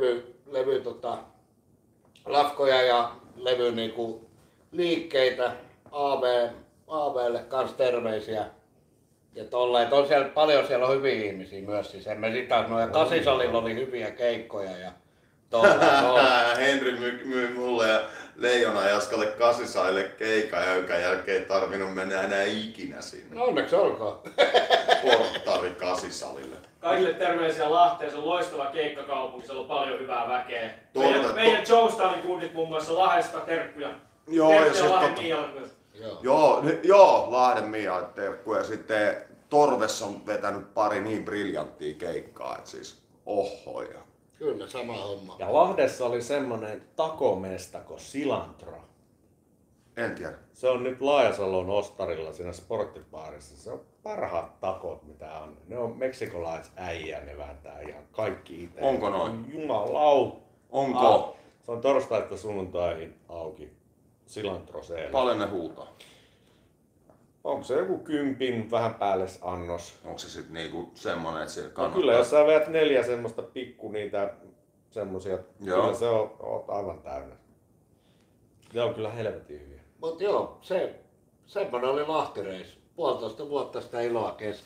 lafkoja ja levy niinku liikkeitä. AVlle kans terveisiä. Ja tolleen, on siellä paljon siellä on hyviä ihmisiä myös, siis emme sitä sanoa. Ja Kasisalilla oli hyviä keikkoja ja Henri myi mulle ja Leijona Jaskalle Kasisaille keikan, jonka jälkeen ei tarvinnut mennä enää ikinä sinne. No onneksi olkoon. Porttari Kasisalille. Kaikille terveisiä Lahteen, se on loistava keikkakaupunki, siellä on paljon hyvää väkeä. Meidän Jonestonin kundit muun muassa Lahdesta, terkkuja. Joo, ja sitten Lahden Mialle myös. Joo, Lahden Mialle terkkuja. Ja sitten Torvessa on vetänyt pari niin briljanttia keikkaa, että siis ohoja. Kyllä, sama homma. Ja Lahdessa oli semmonen takomesta kuin Cilantro. En tiedä. Se on nyt Laajasalon Ostarilla siinä sporttibaarissa. Se on parhaat takot mitä on. Ne on meksikolaisäijä, ne vääntää ihan kaikki itse. Onko noin? Jumalau. Onko? Se on torstaista sunnuntaihin auki. Cilantro siellä. Paljon ne huutaa. Onko se joku 10 vähän päälles annos? Onko se sitten niinku semmonen, että se No kannattaa? kyllä, jos sä veät 4 semmoista pikku niitä semmosia, Joo. kyllä se on, oot aivan täynnä. Ne on kyllä helvetin hyviä. Mut joo, semmonen oli Lahtireissu. 1,5 vuotta sitä iloa kesti.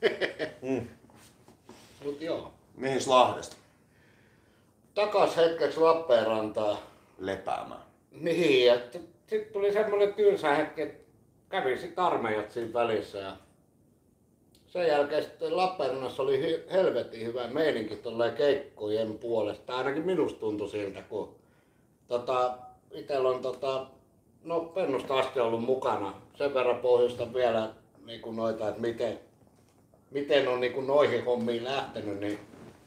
Mut joo. Mihin Lahdesta? Takas hetkeksi Lappeenrantaan. Lepäämään. Niin, ja sit tuli semmonen tylsä hetki, että kävin sit armeijat siinä välissä. Ja sen jälkeen sitten Lappeenrannassa oli helvetin hyvä meininki tolleen keikkojen puolesta. Ainakin minusta tuntui siltä, kun itellä on pennusta asti ollut mukana. Sen verran pohjusta vielä niinku noita, että miten on niinku noihin hommiin lähtenyt, niin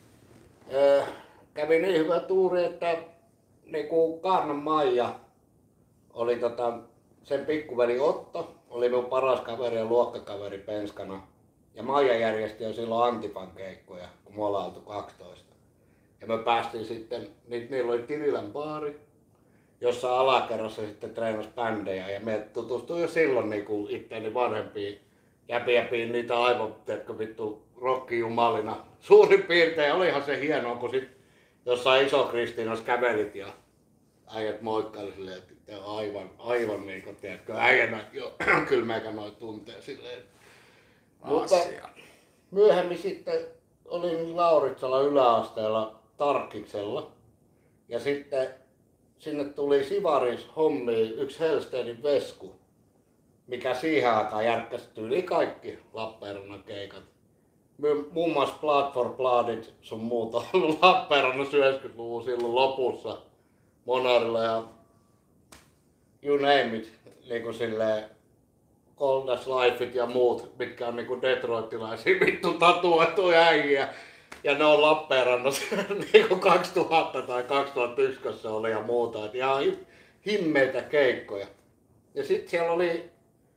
kävi niin hyvä tuuri, että niinku Kaarnan Maija oli sen pikkuveli Otto, oli minun paras kaveri ja luokkakaveri penskana. Ja Maija järjesti jo silloin Antifan keikkoja, kun me ollaan oltu 12. Ja me päästiin sitten, niillä oli Kirilän baari, jossa alakerrassa sitten treenasi bändejä. Ja me tutustuin jo silloin niinku itteeni vanhempiin jäpiäpiin, niitä aivan, tiedätkö vittu, rockijumalina. Suurin piirtein olihan se hienoa, kun sit jossain Iso-Kristiinassa kävelit ja äijät moikkaili silleen, että aivan niinku, tiedätkö, äijänä jo, kyllä meikä noin tuntee silleen. Mutta myöhemmin sitten olin Lauritsalla yläasteella Tarkkiksella ja sitten sinne tuli Sivaris hommiin yksi Hellsteinin Vesku, mikä siihen aikaan järkkäsi yli kaikki Lappeenrannan keikat. Muun muassa Blood for Bloodit sun muut on ollut Lappeenrannassa 90-luvun silloin lopussa Monarilla ja you name it, niinku silleen Cold as Lifeit ja muut, mitkä on niinku detroittilaisia vittu tatuoituja äijiä. Ja ne on Lappeenrannassa niinku 2000 tai 2001 kun se oli ja muuta. Et ihan himmeitä keikkoja. Ja sit siellä oli,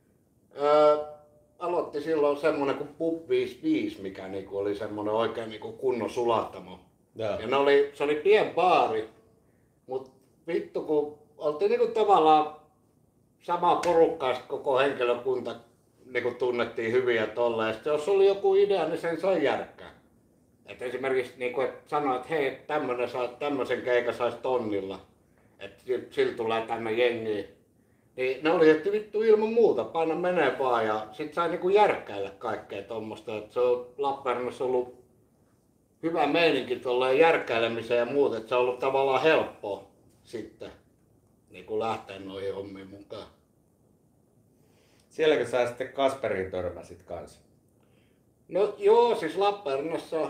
aloitti silloin semmonen kuin Pub 55, mikä niinku oli semmonen oikein niinku kunnon sulattamo. Ja se oli pien baari, mut vittu kun oltiin niinku tavallaan sama porukka, koko henkilökunta niin tunnettiin hyvin ja tolleen. Ja sitten jos oli joku idea, niin sen sai järkkää. Et esimerkiksi niin kuin, että sanoi, että hei, tämmöisen keikan saisi tonnilla. Että sillä tulee tänne jengiä. Niin ne oli, että vittu ilman muuta, paina menee vaan. Ja sit sai niin järkkäillä kaikkea tommosta. Et se on Lappeenrannassa ollut hyvä meininki tolleen järkkäilemiseen ja muuta. Että se on ollut tavallaan helppoa sitten. Niin lähteä noihin hommiin mukaan. Sielläkö sä sitten Kasperiin törmäsit kanssa? No joo, siis Lappeenrannassa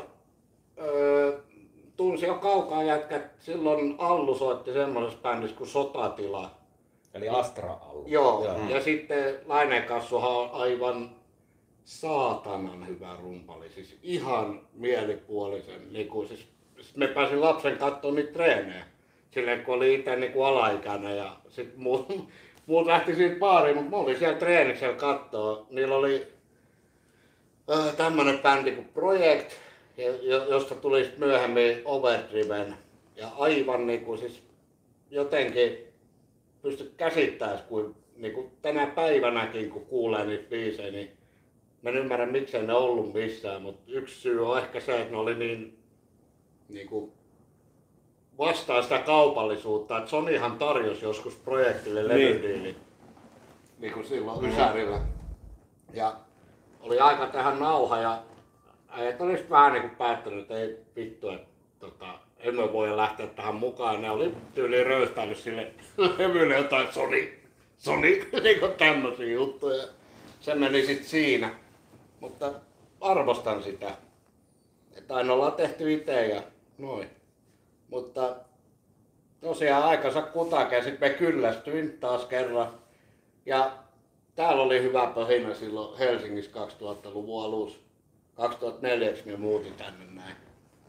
tunsi jo kaukaa jätkät. Silloin Allu soitti semmoisessa bändissä kuin Sotatila. Eli Astra Allu. Joo. Ja sitten Laineen Kassuhan on aivan saatanan hyvä rumpali. Siis ihan mielipuolisen. Niin siis me pääsin lapsen katsomaan niitä treenejä. Silleen kun oli itse niin alaikäinen ja sit muut lähti siitä baariin, mutta mä olin siellä treeniksellä kattoo. Niillä oli tämmönen bändi kuin Project, josta tuli sit myöhemmin Overdriven. Ja aivan niinku siis jotenkin pysty käsittämään, kuin niinku tänä päivänäkin kun kuulee niitä biisejä, niin mä en ymmärrä miksei ne ollut missään, mutta yksi syy on ehkä se, että ne oli niinku vastaa sitä kaupallisuutta, että Sonyhan tarjosi joskus Projektille levydiili, niin kuin silloin Ysärillä. Ja oli aika tehdä nauha ja äijät olisi vähän niin kuin päättänyt, että ei vittu, että emme voi lähteä tähän mukaan. Ne oli tyyliin röystäillyt sille levylle jotain Sony niin kuin tämmöisiä juttuja. Se meni sit siinä. Mutta arvostan sitä, että aina ollaan tehty itse ja noin. Mutta tosiaan aikansa kutakin ja sitten me kyllästyin taas kerran. Ja täällä oli hyvä pöhinä silloin Helsingissä 2000-luvun alussa. 2004 me muutin tänne näin.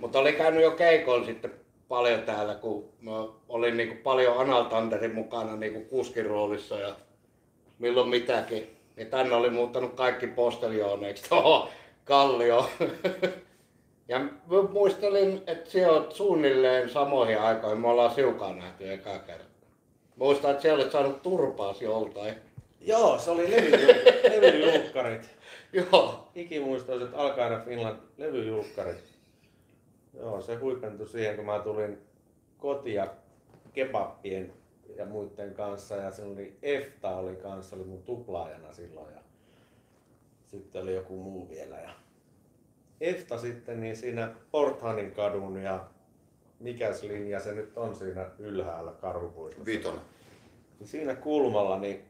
Mutta oli käynyt jo keikoilla sitten paljon täällä, kun mä olin niinku paljon Analtanderin mukana niinku kuskin roolissa ja milloin mitäkin. Ja tänne oli muuttanut kaikki posteljooneiksi tuohon Kallioon. Ja mä muistelin, että siellä on suunnilleen samoihin aikoihin, me ollaan Siukaan nähty eka kertaa. Muistan, että siellä olet saanut turpaasi joltain. Joo, se oli levyjulkkarit. Joo. Ikimuistoiset Alkaina Finland levyjulkkarit. Joo, se huipentui siihen, kun mä tulin kotia kebappien ja muiden kanssa ja se oli Efta oli kanssa, oli mun tuplaajana silloin ja sitten oli joku muu vielä. Ja Efta sitten niin siinä Porthanin kadun ja mikäs linja se nyt on siinä ylhäällä Karhupuistossa. Vitonen. Siinä kulmalla niin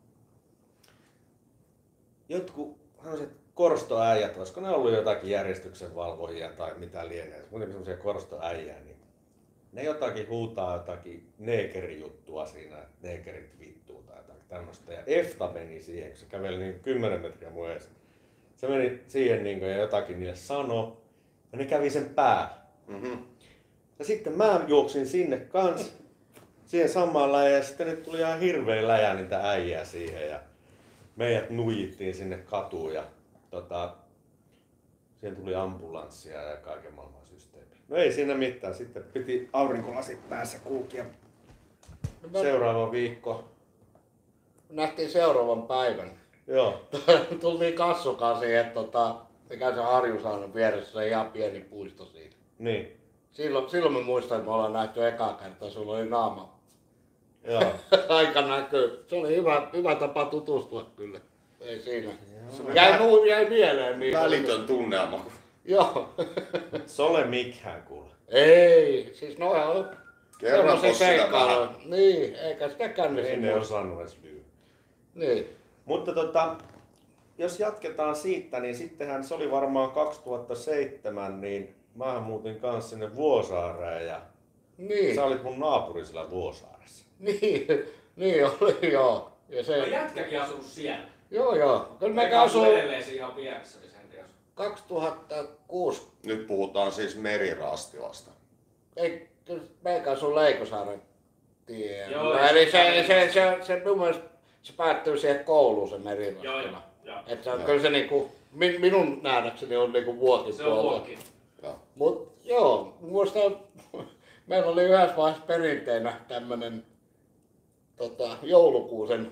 jotkut sellaiset korstoäijät, olisiko ne ollut jotakin järjestyksenvalvojia tai mitä lienee, kuitenkin semmoisia korstoäijää, niin ne jotakin huutaa jotakin neekerijuttua siinä, että neekerit vittuu tai jotakin tämmöistä. Ja Efta meni siihen, kun se käveli niin 10 metriä mun edes. Se meni siihen niin ja jotakin niille sanoi ja ne kävi sen päällä. Mm-hmm. Ja sitten mä juoksin sinne kans siihen samaan läjään ja sitten nyt tuli ihan hirveä läjä niitä äijää siihen ja meidät nuijittiin sinne katuun ja siihen tuli ambulanssia ja kaiken maailman systeemi. No ei siinä mitään, sitten piti aurinkolasit päässä kulkia seuraava viikko. Nähtiin seuraavan päivän. Joo. Tultiin kassukaan siihen, mikä se Harjusaaren vieressä, se ihan pieni puisto siinä. Niin. Silloin mä muistan, että me ollaan nähty ekaa kertaa, sulla oli naama. Joo. Aika näkyy. Se oli hyvä tapa tutustua kyllä. Ei siinä. Jäi mieleen. Niin Välitön tunnelma. Joo. Se ole mikään kuule. Ei, siis noihan on Kerran semmosia sitä seikkailuja. vähän. Niin, eikä sitä Ei kännissä ne muista. osannut edes lyö. Niin. Mutta jos jatketaan siitä, niin sittenhän se oli varmaan 2007, niin mä muutin kanssa sinne Vuosaareen ja Niin. sä olit mun naapuri siellä Vuosaaressa. Niin oli joo. Ja No se, jätkäkin asunut siellä. joo. Kyllä Eikä mä asu asun edelleen siinä ihan vieressä, niin sen tiedä. 2006. Nyt puhutaan siis Meriraastilasta. Ei, kyllä meikä asun Leikosaaren tiellä. Joo, Eli se mun mielestä se päättyy siihen kouluun se Merirastila. Joo. Että se on kyllä se niinku, minun nähdäkseni on niinku vuoki Se on luokki. Mut joo, muistan, meillä oli yhdessä vaiheessa perinteenä tämmönen joulukuusen.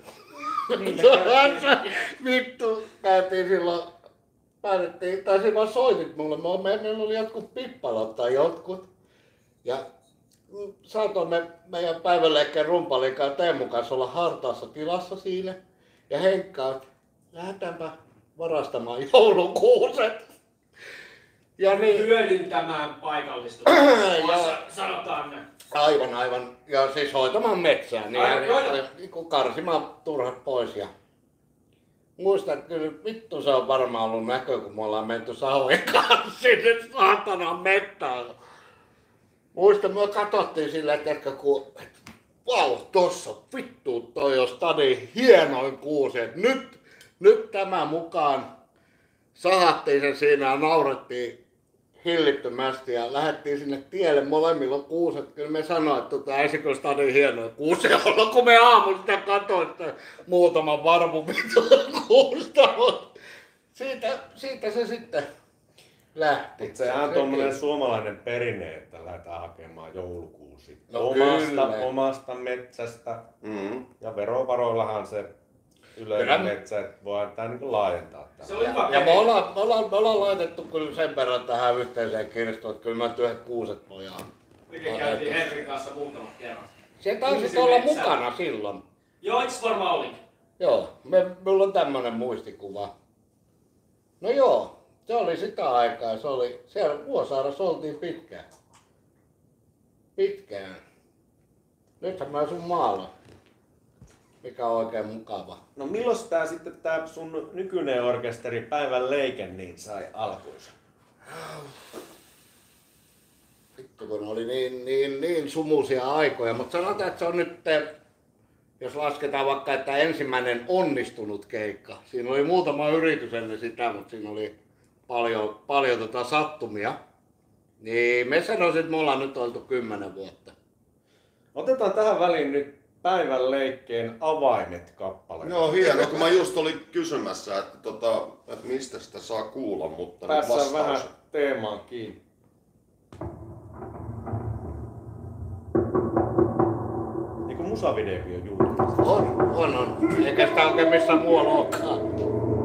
Vittu, käytiin silloin, päätettiin, tai se vaan soitit mulle, meillä oli jotkut pippalot tai jotkut. Ja saatoimme meidän päivänleikkeen rumpalin kanssa Teemun kanssa olla hartaassa tilassa siinä. Ja Henkka, että lähdetäänpä varastamaan joulukuuset. Ja niin, Hyödyntämään paikallista. Sanotaan näin. aivan. Ja siis hoitamaan metsää, Aivan. niin karsimaan turhat pois. Ja muistan, että kyllä vittu se on varmaan ollut näkö, kun me ollaan menty sahojen kanssa sinne saatanan mettään. Muistan, me katsottiin silleen, että kun vau, tossa vittu toi on stadin hienoin kuusi. Nyt tämä mukaan sahattiin sen siinä ja naurettiin hillittömästi ja lähdettiin sinne tielle. Molemmilla on kuuset. Kyllä me sanoin, että ei se kyllä stadin hienoin kuusi olla, kun me aamulla sitä katsoin, että muutaman varmun kuusta. Siitä se sitten lähti. Mutta sehän on tommonen suomalainen perinne, että lähdetään hakemaan joulukuusi No omasta metsästä. Mm-hmm. Ja verovaroillahan se yleinen metsä, että voidaan tää niinku laajentaa Se tämän. on hyvä. Ja me ollaan laitettu kyllä sen verran tähän yhteiseen kirjastoon, että kyllä mä yhdet kuuset pojaan. Mekin käytiin Henrin kanssa muutamat kerrat. Se taisi olla mukana silloin. Joo, eiks varmaan olikin? Joo, mulla on tämmönen muistikuva. No joo, se oli sitä aikaa. Se oli, siellä Vuosaaressa oltiin pitkään. Nythän mä asun maalla, mikä on oikein mukava. No milloin tää sun nykyinen orkesteri Päivän leike niin sai alkuunsa? Vittu kun oli niin sumuisia aikoja, mutta sanotaan, että se on nyt, jos lasketaan vaikka, että ensimmäinen onnistunut keikka. Siinä oli muutama yritys ennen sitä, mutta siinä oli paljon sattumia. Niin, me sanoisin, että me ollaan nyt oltu 10 vuotta. Otetaan tähän väliin nyt päivän leikkeen avaimet kappale. No hieno, kun mä just olin kysymässä, että mistä sitä saa kuulla, mutta nyt Päässään vastaus. vähän teemaan kiinni. Niin kuin musavideokin on julkaistu. On. Eikä sitä oikein missään muualla olekaan.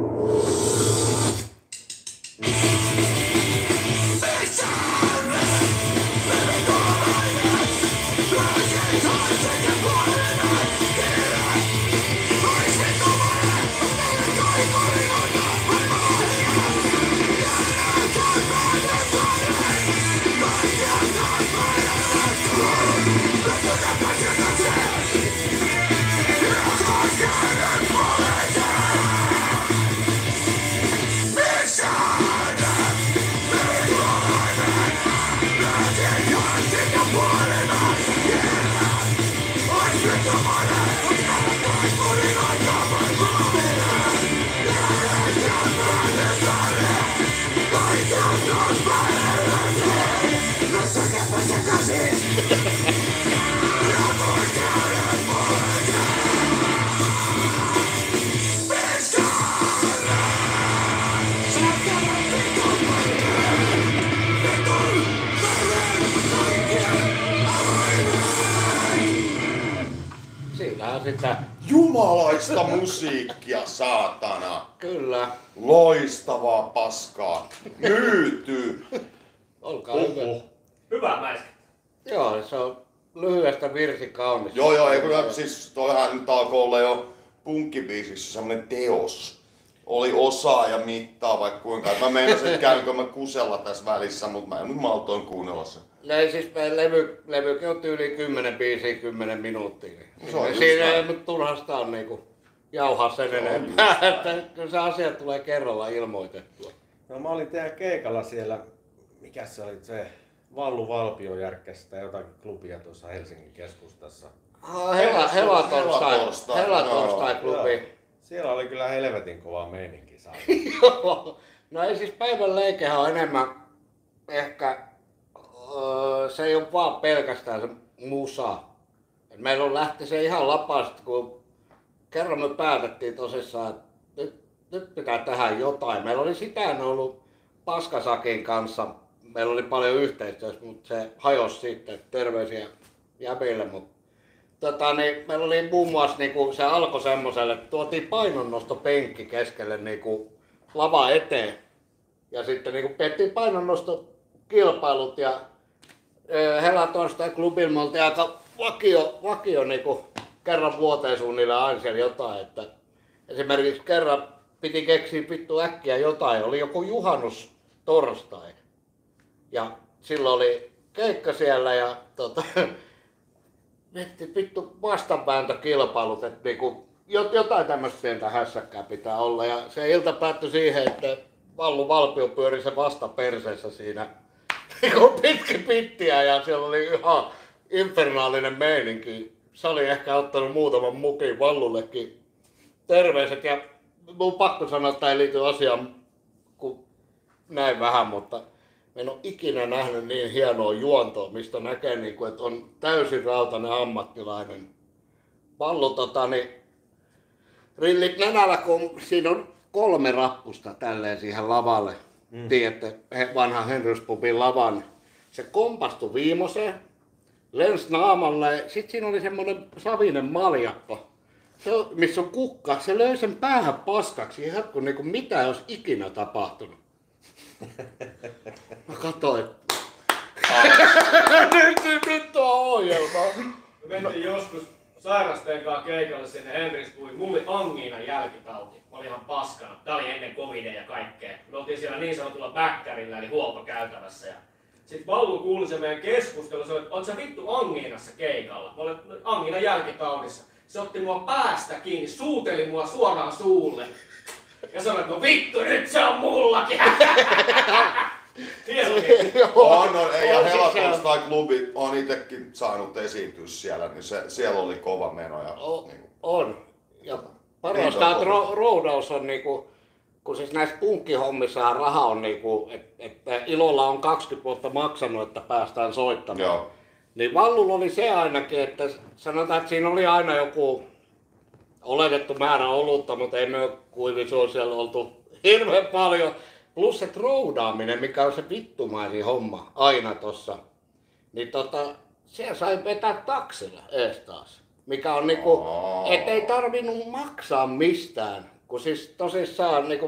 Siinähän sitä. Jumalaista musiikkia, saatana! Kyllä. Loistavaa paskaa! Myyty! Olkaa hyvä. Hyvä mäiskä. Joo, se on lyhyestä virsi kaunis. Joo, ei kyllä, siis toihan nyt alkoi olla jo punkkibiisissä semmonen teos. Oli osaa ja mittaa vaikka kuinka. Mä meinasin, että käynkö mä kusella tässä välissä, mutta mä en nyt maltoin kuunnella sen. Ei siis meidän levykin on tyyli 10 biisiä 10 minuuttia. Se on just siinä näin. ei nyt turhastaan niinku jauhaa sen enempää. Että kyllä se asia tulee kerralla ilmoitettua. No mä olin teidän keikalla siellä, mikä se oli se Vallu Valpio järkkäsi sitä jotakin klubia tuossa Helsingin keskustassa. Helatorstai-klubi. Joo. Siellä oli kyllä helvetin kova meininki saada. Joo. No ei siis päivän leikehän on enemmän ehkä, se ei ole vaan pelkästään se musa. Et meillä on lähti se ihan lapasta, kun kerran me päätettiin tosissaan, että nyt pitää tehdä jotain. Meillä oli sitä ollut Paskasakin kanssa, meillä oli paljon yhteistyössä, mutta se hajosi sitten, terveisiä jäbille. Niin meillä oli muun muassa, niin se alkoi semmoiselle, että tuotiin painonnostopenkki keskelle niin lava eteen. Ja sitten niin pidettiin painonnostokilpailut ja Helatorstai-klubilla me oltiin aika vakio niin kerran vuoteen suunnilleen aina siellä jotain. Että esimerkiksi kerran piti keksiä vittu äkkiä jotain, oli joku juhannustorstai. Ja silloin oli keikka siellä ja vittu vastavääntökilpailut, että niinku, jotain tämmöistä pientä hässäkkää pitää olla. Ja se ilta päättyi siihen, että Vallu Valpio pyöri se vastaperseessä siinä niinku pitkin pittiä ja siellä oli ihan infernaalinen meininki. Se oli ehkä ottanut muutaman mukin Vallullekin terveiset ja mun pakko sanoa, että ei liity asiaan kuin näin vähän, mutta en ole ikinä nähnyt niin hienoa juontoa, mistä näkee, että on täysin rautainen ammattilainen. Vallu rillit nenällä, kun siinä on 3 rappusta tälleen siihen lavalle. Tiedätte, vanha Henryspubin lavan. Se kompastui viimeiseen, lensi naamalle, sit siinä oli semmonen savinen maljakko. Missä on kukka, se löi sen päähän paskaksi, ihan kun mitä ei olisi ikinä tapahtunut. Mä katsoin. nyt on ohjelma. Me mentiin joskus sairasteen kanssa keikalle sinne Henrikspuihin. Mulla oli angiinan jälkitauti. Mä olin ihan paskana. Tää oli ennen covidia ja kaikkea. Me oltiin siellä niin sanotulla bäkkärillä eli huoltokäytävässä. Ja sit Vallu kuuli se meidän keskustelu. Se oli, oot sä vittu angiinassa keikalla? Mä olin angiinan jälkitaudissa. Se otti mua päästä kiinni, suuteli mua suoraan suulle. Ja sanoi, että no vittu, nyt se on mullakin! On, ja Helatorstai-klubi on itekin saanut esiintyä siellä, niin siellä oli kova meno. Ja, on. Ja parasta, että roudaus on kun siis näissä punkkihommissahan raha on niinku, että Ilolla on 20 vuotta maksanut, että päästään soittamaan. Joo. Niin Vallulla oli se ainakin, että sanotaan, että siinä oli aina joku oletettu määrä olutta, mutta ei me kuivisuosiolla oltu hirveän paljon. Plus se roudaaminen, mikä on se vittumaisin homma aina tossa. Niin siellä sai vetää taksilla ees taas. Mikä on niinku, ettei tarvinnut maksaa mistään. Kun siis tosissaan niinku,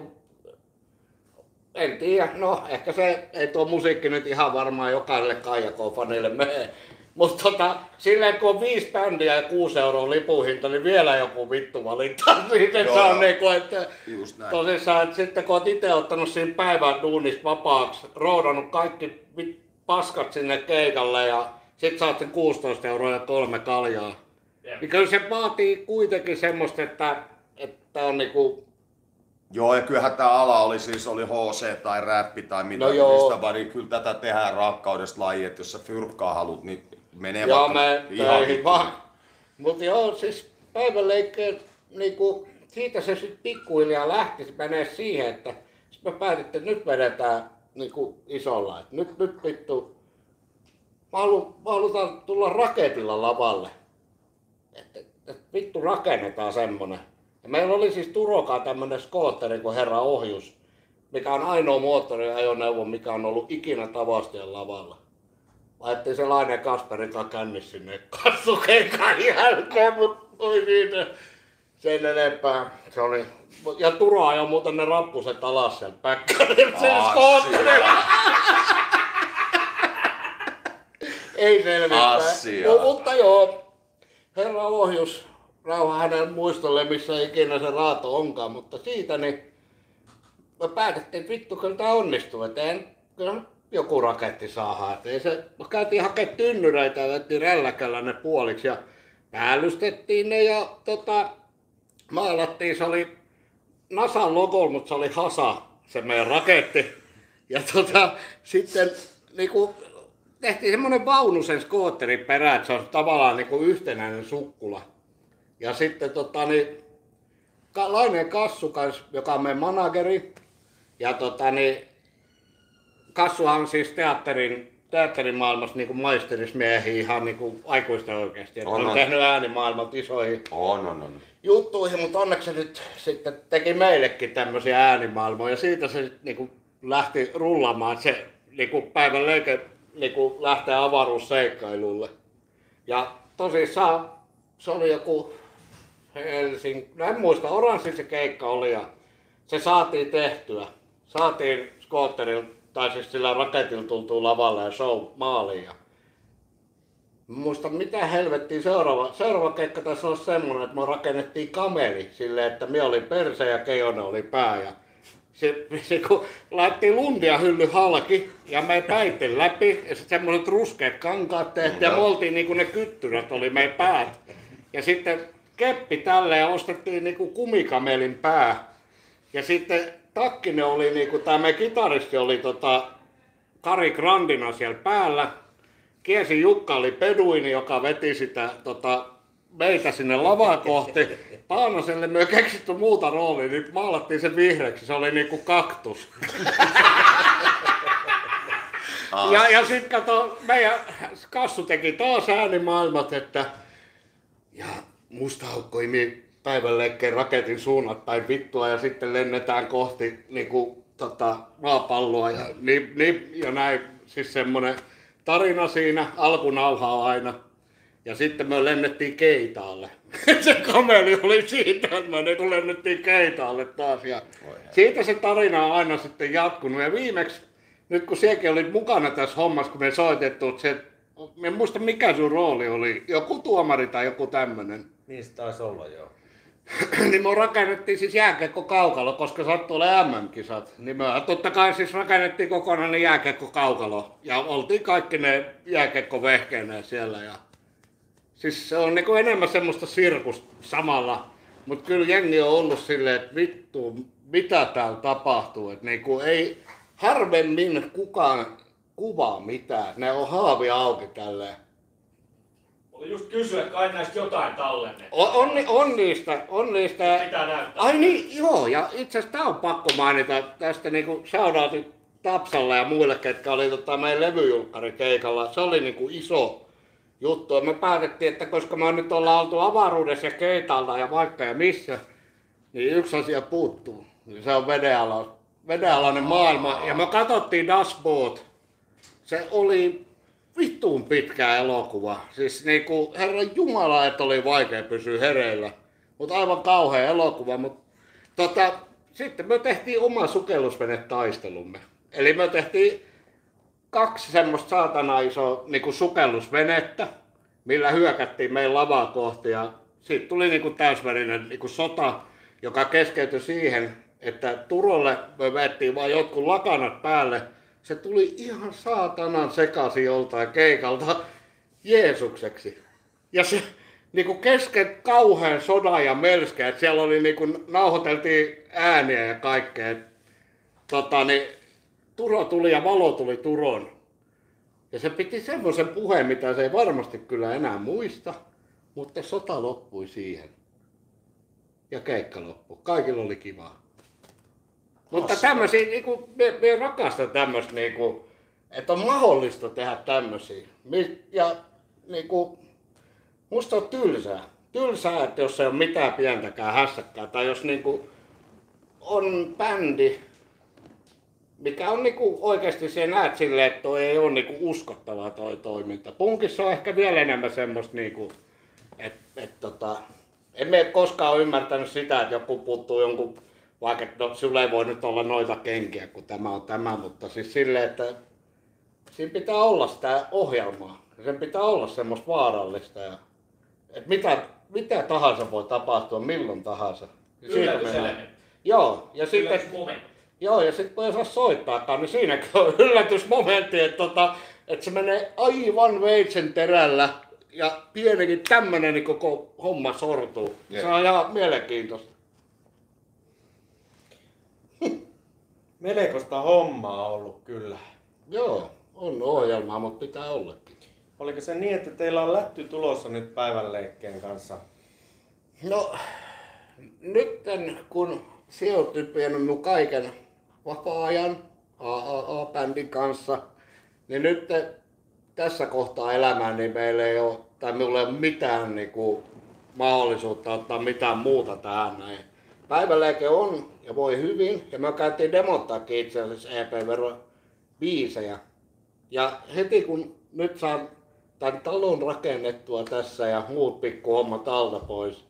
en tiedä, no ehkä se ei tuo musiikki nyt ihan varmaan jokaiselle Kaija-K-fanille mene. Mutta silleen kun on 5 bändiä ja 6 € lipuhinta, niin vielä joku vittu valittaa siitä, että se on niinku, että tosissaan, että sitten kun oot itse ottanut siinä päivän duunista vapaaksi, roudannut kaikki paskat sinne keikalle ja sit saat sen 16 € ja 3 kaljaa. Niin kyllä se vaatii kuitenkin semmoista, että on niinku... Joo, ja kyllähän tää ala oli HC tai räppi tai mitä mistä vaan, niin kyllä tätä tehdään rakkaudesta laji, että jos sä fyrkkaa haluat, niin menee joo, vaikka ihan vaan. Mut joo, siis päivänleikkeen niinku, siitä se sit pikkuhiljaa lähti menee siihen, että sit me päätitte, että nyt vedetään niinku isolla, että nyt vittu, mä halutaan tulla raketilla lavalle. Että vittu rakennetaan semmonen. Ja meillä oli siis Turokaan tämmönen skootteri kuin Herra Ohjus, mikä on ainoa moottoriajoneuvo, mikä on ollut ikinä Tavastian lavalla. Laitettiin se Laine Kasperin kännis sinne kassukeikan jälkeen, mutta oli siitä sen enempää. Se oli... Ja Turo ajoi muuten ne rappuset alas sen päkkärin sen skootterilla. Ei selvittä. Mutta joo, Herra Ohjus, rauha hänen muistolle, missä ikinä se raato onkaan, mutta siitä niin me päätettiin, että vittu kyllä tää onnistuu, että kyllä joku raketti saadaan. Ei se, me käytiin hakemaan tynnyreitä ja vettiin rälläkällä ne puoliksi ja päällystettiin ne ja maalattiin, se oli NASAn logo, mutta se oli Hasa, se meidän raketti. Ja sitten niinku tehtiin semmonen vaunu sen skootterin perään, että se on tavallaan niinku yhtenäinen sukkula. Ja sitten Laineen Kassu kans, joka on meidän manageri. Ja Kassuhan on siis teatterin maailmassa niinku maisterismiehiä ihan niinku aikuista oikeesti. On tehnyt äänimaailmalta isoihin juttuihin, mutta onneksi se nyt sitten teki meillekin tämmösiä äänimaailmoja. Ja siitä se niinku lähti rullaamaan, että se niinku päivän leike niinku lähtee avaruusseikkailulle. Ja tosissaan se oli joku en muista, Oranssin se keikka oli ja se saatiin tehtyä. Saatiin skootterilla, tai siis sillä raketilla tultua lavalle ja show maaliin. Muista mitä helvettiä seuraava keikka taisi olla semmonen, että me rakennettiin kameli silleen, että me oli perse ja Keijonen oli pää. Ja se kun laitettiin lundia hylly halki ja me päitten läpi ja sitten semmoiset ruskeat kankaat tehtiin ja me oltiin niinku ne kyttyrät oli meidän päät. Ja sitten keppi tälle ja ostettiin niinku kumikamelin pää. Ja sitten takkinen oli niinku, tää meidän kitaristi oli Kari Grandina siellä päällä. Kiesi Jukka oli peduini, joka veti sitä meitä sinne lavaa kohti. Paanaselle me ei keksitty muuta roolia, niin maalattiin se vihreäksi, se oli niinku kaktus. ja sit kato, meidän Kassu teki taas äänimaailmat, että ja Mustahaukko imi päivänleikkeen raketin suunnat päin vittua ja sitten lennetään kohti niinku, maapalloa ja ja näin. Siis semmonen tarina siinä, alkunauhaa aina. Ja sitten me lennettiin Keitaalle. Se kameli oli siitä, että me lennettiin Keitaalle taas. Ja siitä se tarina on aina sitten jatkunut. Ja viimeksi, nyt kun sinäkin olit mukana tässä hommassa, kun me soitettu, että en muista mikä sun rooli oli, joku tuomari tai joku tämmönen. Niin se taisi olla, joo. Niin me rakennettiin siis jääkiekko-kaukalo, koska sattui olemaan MM-kisat. Niin me totta kai siis rakennettiin kokonainen jääkiekko-kaukalo. Ja oltiin kaikki ne jääkiekko-vehkeineen siellä. Ja siis se on niinku enemmän semmoista sirkusta samalla. Mut kyllä jengi on ollut silleen, että vittu, mitä täällä tapahtuu. Et niinku ei harvemmin kukaan kuvaa mitään. Ne on haavi auki tälleen. Oli just kysyä, että kai näistä jotain tallennetta. On niistä. Pitää näyttää. Ai niin, joo, ja itse asiassa tää on pakko mainita tästä niinku shoutoutin Tapsalle ja muille, ketkä oli meidän levyjulkkarikeikalla. Se oli niinku iso juttu. Ja me päätettiin, että koska me nyt ollaan oltu avaruudessa ja keitalla ja vaikka ja missä, niin yksi asia puuttuu. Se on vedenalainen maailma. Ja me katsottiin Das Boot. Se oli vittuun pitkä elokuva. Siis niinku, herran jumala, että oli vaikea pysyä hereillä. Mutta aivan kauhea elokuva. Sitten me tehtiin oma sukellusvenetaistelumme. Eli me tehtiin 2 semmoista saatana isoa niinku sukellusvenettä, millä hyökättiin meidän lavaa kohti. Ja siitä tuli niinku täysverinen niinku sota, joka keskeytyi siihen, että Turolle me vettiin vaan jotkut lakanat päälle. Se tuli ihan saatanan sekaisin joltain keikalta Jeesukseksi. Ja se niinku kesken kauhean sodan ja melskeä, että siellä oli niinku, nauhoiteltiin ääniä ja kaikkea. Turo tuli ja valo tuli Turon. Ja se piti semmoisen puheen, mitä se ei varmasti kyllä enää muista, mutta sota loppui siihen. Ja keikka loppui. Kaikilla oli kivaa. Mutta tämmösiä, niinku, me rakastan tämmöistä, niinku, että on mahdollista tehdä tämmösiä. Ja niinku, musta on tylsää. Tylsää, että jos ei ole mitään pientäkään hässäkkää, tai jos niinku on bändi, mikä on niinku oikeesti se näet silleen, että toi ei ole niinku uskottavaa toi toiminta. Punkissa on ehkä vielä enemmän semmoista niinku, en me koskaan ole ymmärtänyt sitä, että joku puuttuu jonkun, vaikka no, sulla ei voi nyt olla noita kenkiä, kun tämä on tämä, mutta siis silleen, että siinä pitää olla sitä ohjelmaa. Sen pitää olla semmoista vaarallista. Ja, että mitä tahansa voi tapahtua, milloin tahansa. Yllätyselementti. Joo, ja sitten kun ei saa soittaakaan, niin siinäkin on yllätysmomentti, että se menee aivan veitsen terällä ja pienikin tämmönen niin koko homma sortuu. Se on ihan mielenkiintoista. Melkoista hommaa ollut kyllä. Joo, on ohjelmaa, mutta pitää ollakin. Oliko se niin, että teillä on lätty tulossa nyt päivänleikkeen kanssa? No, nyt kun sijoitti vienyt minun kaiken vapaa-ajan AAA-bändin kanssa, niin nyt tässä kohtaa elämää niin meillä ei ole, tai minulla ei ole mitään niinku, mahdollisuutta ottaa mitään muuta tähän näin. Päivänleike on ja voi hyvin, ja me käytiin demottaakin itse asiassa EP-veron biisejä. Ja heti kun nyt saan tämän talon rakennettua tässä ja muut pikkuhommat alta pois,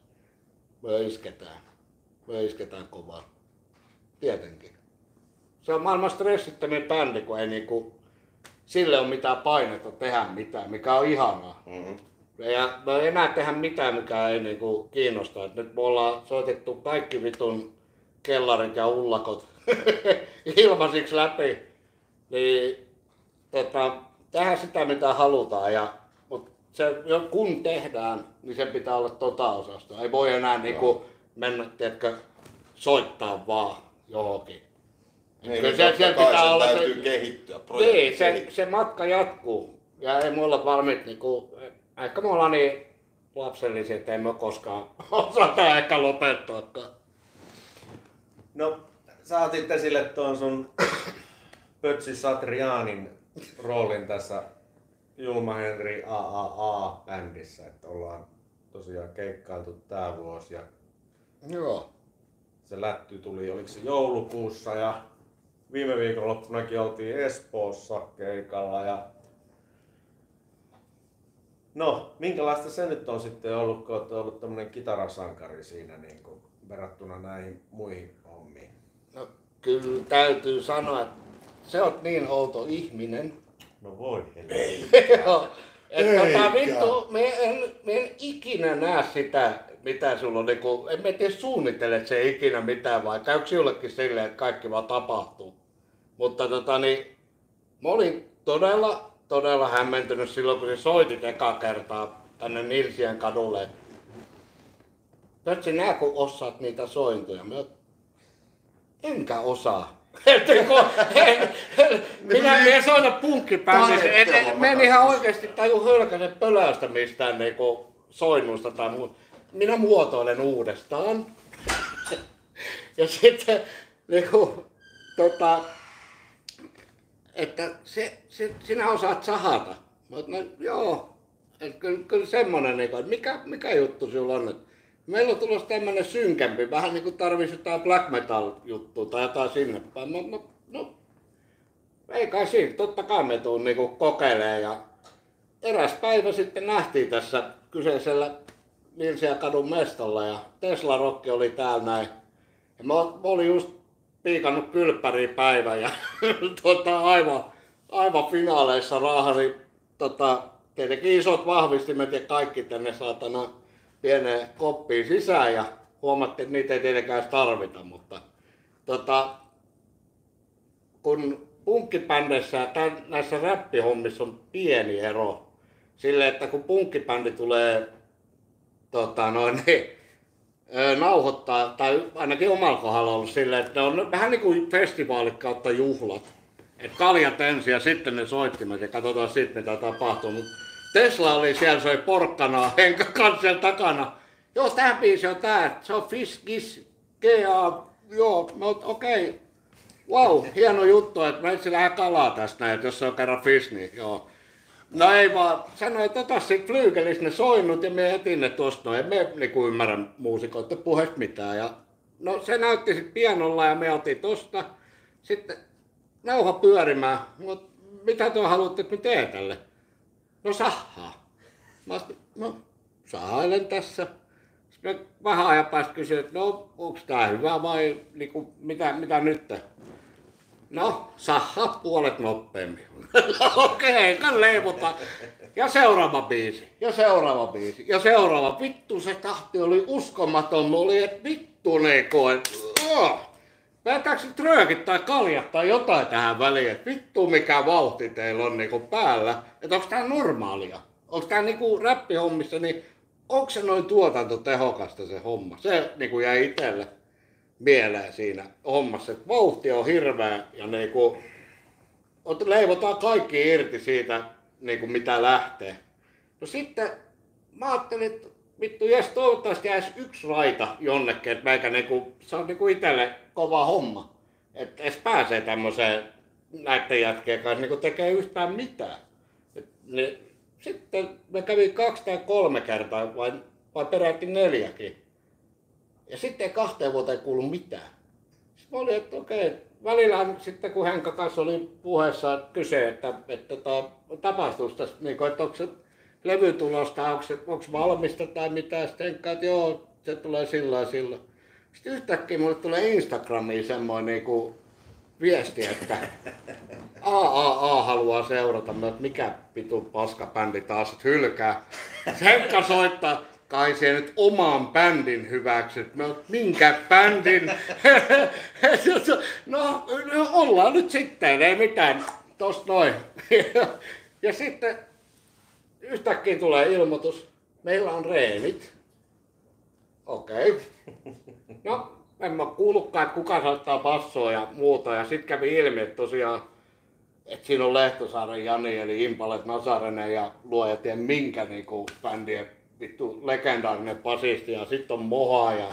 me isketään kovaa. Tietenkin. Se on maailman stressittämin bändi, kun ei niinku, sille ole mitään painetta tehdä mitään, mikä on ihanaa. Mm-hmm. Ja me ei enää tehdä mitään, mikä ei niinku kiinnosta. Et nyt me ollaan soitettu kaikki vitun kellarit ja ullakot ilmaisiksi läpi. Niin tehdään sitä mitä halutaan. Mutta se, kun tehdään, niin sen pitää olla osasto. Ei voi enää niinku mennä, tiedätkö, soittaa vaan johonkin. Niin, se pitää olla täytyy kehittyä. Niin, se matka jatkuu. Ja ei mulla valmiit niinku, ehkä me ollaan niin lapsellisia, että emme koskaan osata ehkä lopettaakaan. No, sä otit esille tuon sun Pötsi Satrianin roolin tässä Julma Henri AAA-bändissä, että ollaan tosiaan keikkailtu tää vuosi ja joo. Se lätty tuli, oliko se joulukuussa ja viime viikonloppunakin oltiin Espoossa keikalla ja no, minkälaista se nyt on sitten ollut, kun olette ollut tämmönen kitarasankari siinä niin kuin verrattuna näihin muihin hommiin? No kyllä täytyy sanoa, että sä oot niin outo ihminen. No voi vittu, me en ikinä näe sitä, mitä sulla on, niinku, en mä tiedä suunnittele se ikinä mitään, vai käykö jollekin silleen, että kaikki vaan tapahtuu. Mutta mä olin todella hämmentynyt silloin, kun se soitit eka kertaa tänne Nilsien kadulle. Pötsi, nää kun osaat niitä sointuja. Enkä osaa. Minä en soita punkkibändissä, en ihan oikeesti taju Hölkäsen pöläystä mistään niinku soinnusta tai muuta. Minä muotoilen uudestaan. Ja sitten niinku, että sinä osaat sahata. Mä oon, no joo, kyllä semmonen, niinku, että mikä juttu sulla on, että meillä on tulossa tämmönen synkempi, vähän niinku tarvis jotain black metal juttua tai jotain sinne päin. No, ei kai siinä, totta kai me tuun niinku kokeilemaan ja eräs päivä sitten nähtiin tässä kyseisellä Nilsiäkadun mestalla ja Tesla Rock oli täällä näin. Ja mä olin just piikannut kylppäriin päivän ja aivan finaaleissa raahari tietenkin isot vahvistimet ja kaikki tänne saatana pieneen koppiin sisään ja huomattiin, että niitä ei tietenkään edes tarvita, mutta kun punkkibändeissä tai näissä räppihommissa on pieni ero sille, että kun punkkibändi tulee nauhoittaa, tai ainakin omalla kohdalla on ollut silleen, että ne on vähän niin kuin festivaalit kautta juhlat. Että kaljat ensin ja sitten ne soittimet ja katsotaan sitten mitä tapahtuu. Mut Tesla oli siellä, soi porkkanaa Henkan kanssa siellä takana. Joo, tää biisi on tää, se on Fiskis, G.A. Joo, okei. Wow, hieno juttu, että mä itse lähden kalaa tästä näin, että jos se on kerran fish, niin joo. No ei vaan, sanoi, että ota sit flyykelis ne soinnut ja me etin ne tosta, no en me niinku ymmärrä muusikoita puheesta mitään. Ja, no se näytti sit pianolla ja me otin tosta. Sitten nauha pyörimään. Mitä te haluatte, että me teen tälle? No sahaa. Mä sanoin, no sahailen tässä. Sitten vähän ajan päästä kysyin, että no onks tää hyvä vai niinku, mitä nyt? No, saha puolet nopeammin. Okei, kan leivotaan. Ja seuraava biisi. Ja seuraava biisi. Ja seuraava. Vittu se tahti oli uskomaton. Mä olin, että vittu Neko. Päätääkö se tröökit tai kaljat tai jotain tähän väliin? Että vittu mikä vauhti teillä on niinku päällä. Että onks tää normaalia? Onks tää niinku räppihommissa, niin onks se noin tuotantotehokasta se homma? Se niinku jäi itelle mieleen siinä hommassa, että vauhti on hirveä ja niinku leivotaan kaikki irti siitä niinku mitä lähtee. No sitten mä ajattelin, että vittu jes toivottavasti jäisi yksi raita jonnekin, että meikä niinku, se on niinku itelle kova homma. Että edes pääsee tämmöiseen näitten jätkien kanssa niinku tekee yhtään mitään. Sitten me kävin 2 tai 3 kertaa vai peräti 4. Ja sitten 2 vuoteen ei kuulu mitään. Sitten mä olin, että okei. Välillä sitten kun Henkka kanssa oli puheessa kyse, että tapahtuisi tässä, niin kuin, että onko se levytulosta, onko valmista tai mitä. Sitten Henkka, että joo, se tulee silloin. Sitten yhtäkkiä mulle tulee Instagramiin semmoinen niin kuin viesti, että AAA haluaa seurata, että mikä pitu paskabändi taas, että hylkää. Henkka soittaa. Kai se nyt oman bändin hyväksyt. No, minkä bändin? No, ollaan nyt sitten, ei mitään. Tosta noin. Ja sitten yhtäkkiä tulee ilmoitus. Meillä on reenit. Okei. No, en mä kuullutkaan, että kuka soittaa bassoa ja muuta. Ja sitten kävi ilmi, että tosiaan, että siinä on Lehtosaaren Jani, eli Impalet Nasarenen ja luoja tien minkä niinku bändien vittu legendaarinen basisti ja sitten on Moha ja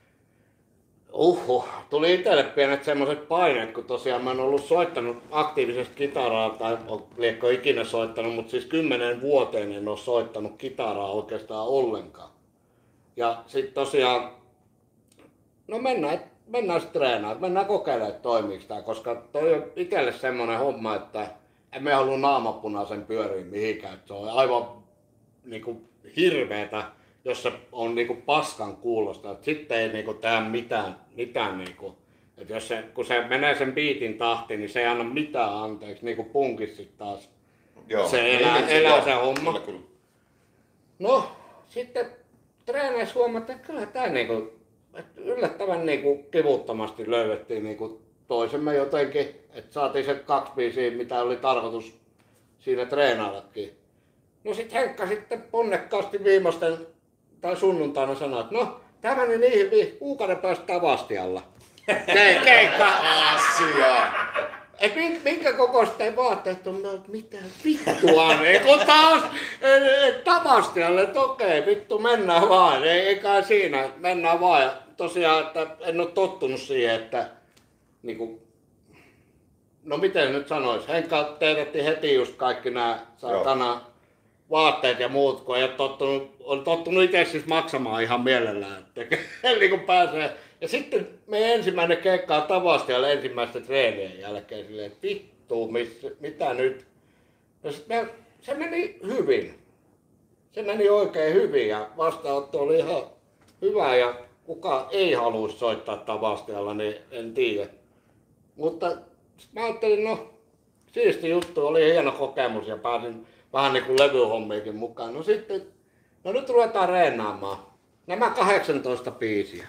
tuli itselle pienet semmoiset paineet, kun tosiaan mä en ollut soittanut aktiivisesti kitaraa tai liekö ikinä soittanut, mutta siis 10 vuoteen en ole soittanut kitaraa oikeastaan ollenkaan. Ja sitten tosiaan, no mennään sitten treenaamaan, mennään kokeilemaan, että toimiiko tää, koska toi on itselle semmoinen homma, että en me halua naamapunaisen pyöriin mihinkään, se on aivan niinku hirveetä, jos se on niinku paskan kuulosta, että sitten ei niinku tää mitään niinku, että jos se, kun se menee sen biitin tahtiin, niin se ei anna mitään anteeksi, niinku punkissa sit taas. Joo, se elää se homma. Kyllä. No, sitten treeneissä huomattiin, että kyllä tää niinku, että yllättävän niinku kivuttomasti löydettiin niinku toisemme jotenkin, että saatiin se 2 biisiä, mitä oli tarkoitus siinä treenallakin. No sit Henkka sitten ponnekkaasti viimeisten tai sunnuntaina sanoi, että no tämä meni niin hyvin, kuukauden päästä Tavastialla. keikka. Asia. Et minkä kokoista ei vaatteet on, mitä vittua, kun taas Tavastialle, että okei, vittu mennään vaan, ei kai siinä, mennään vaan. Ja tosiaan, että en ole tottunut siihen, että niinku, no miten nyt sanois, Henkka teetettiin heti just kaikki nämä saatana vaatteet ja muut, kun ei ole tottunut itse siis maksamaan ihan mielellään, että niin kun pääsee. Ja sitten meidän ensimmäinen keikka on Tavastialle ensimmäisten treenien jälkeen silleen, että vittu, mitä nyt? Ja sitten se meni hyvin. Se meni oikein hyvin ja vastaanotto oli ihan hyvä ja kuka ei haluaisi soittaa Tavastialla, niin en tiedä. Mutta mä ajattelin, no siisti juttu, oli hieno kokemus ja pääsin vähän niin kuin levyhommiikin mukaan. No sitten, no nyt ruvetaan reenaamaan. Nämä 18 biisiä.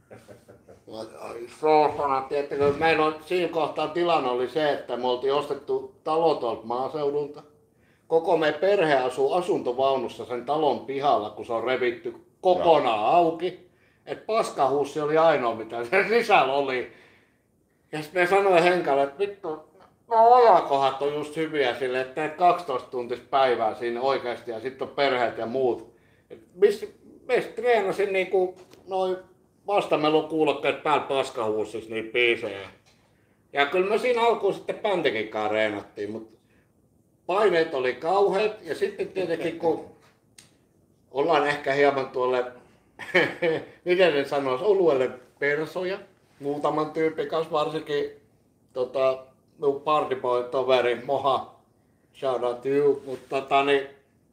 Tiedättekö, meillä on siinä kohtaa tilanne oli se, että me oltiin ostettu talo tuolta maaseudulta. Koko meidän perhe asuu asuntovaunussa sen talon pihalla, kun se on revitty kokonaan auki. Et paskahuussi oli ainoa mitä sen sisällä oli. Ja sitten me sanoin Henkalle, että vittu, no ajankohdat on just hyviä sille, että teet 12 tuntis päivää siinä oikeasti ja sitten on perheet ja muut. Me treenasin niinku noin vastamelukuulokkeet päällä paskahuussissa niitä biisejä. Ja kyllä me siinä alkuun sitten bändikinkaan reenattiin, mutta paineet oli kauheat ja sitten tietenkin kun ollaan ehkä hieman tuolle, miten ne sanois, oluelle persoja, muutaman tyypin kanssa, varsinkin minun partyboy-toveri Moha, shout out to you, mutta niin,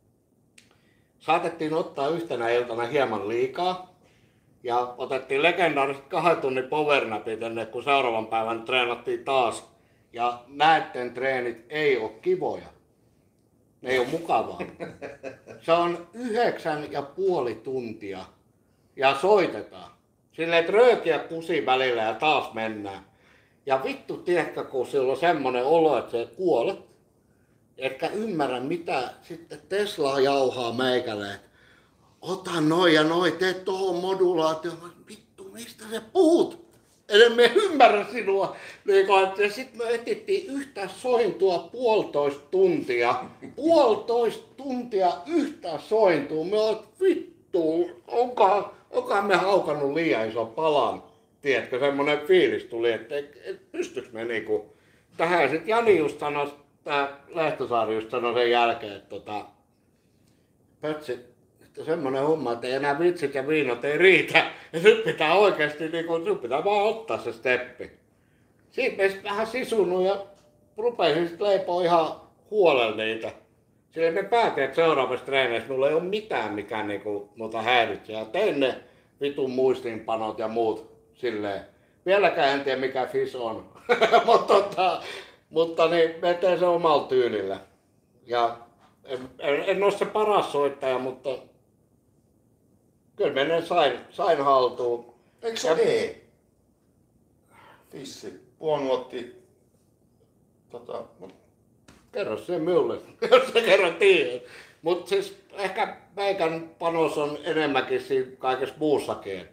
saatettiin ottaa yhtenä iltana hieman liikaa ja otettiin legendaariset 2 tunnin powernapit ennen kuin seuraavan päivän treenattiin taas. Ja näiden treenit ei ole kivoja. Ne ei ole mukavaa. Se on 9,5 tuntia ja soitetaan. Silleen röökiä kusi välillä ja taas mennään. Ja vittu tiedätkö, kun sillä on semmonen olo, että se kuolet. Etkä ymmärrä mitä sitten Tesla jauhaa meikälle. Ota noin ja noin, tee tohon modulaatioon. Vittu, mistä sä puhut? En me ymmärrä sinua. Sitten me etittiin yhtä sointua 1,5 tuntia. 1,5 tuntia yhtä sointua. Me olet vittu, onkohan me haukannut liian ison palan. Tiedätkö, semmonen fiilis tuli, että pystyks me niinku tähän. Sitten Jani just sanoi, tää Lehtosaari just sanoi sen jälkeen, että Pötsi, että semmonen homma, että ei enää vitsit ja viinot ei riitä. Ja nyt pitää oikeesti niinku, nyt pitää vaan ottaa se steppi. Siitä me vähän sisunut ja rupesin sit leipoo ihan huolella niitä. Sillä me päätin, että seuraavassa treeneissä mulla ei oo mitään mikä niinku muuta häiritsee. Ja tein ne vitun muistiinpanot ja muut silleen. Vieläkään en tiedä mikä FIS on. mutta niin, me teen sen omalla tyylillä. Ja en oo se paras soittaja, mutta kyllä me sain haltuun. Eikö se ole Fissi, puonuotti. Kerro se minulle, jos sä kerran tiedät. Mut siis ehkä meikän panos on enemmänkin siinä kaikessa muussakin.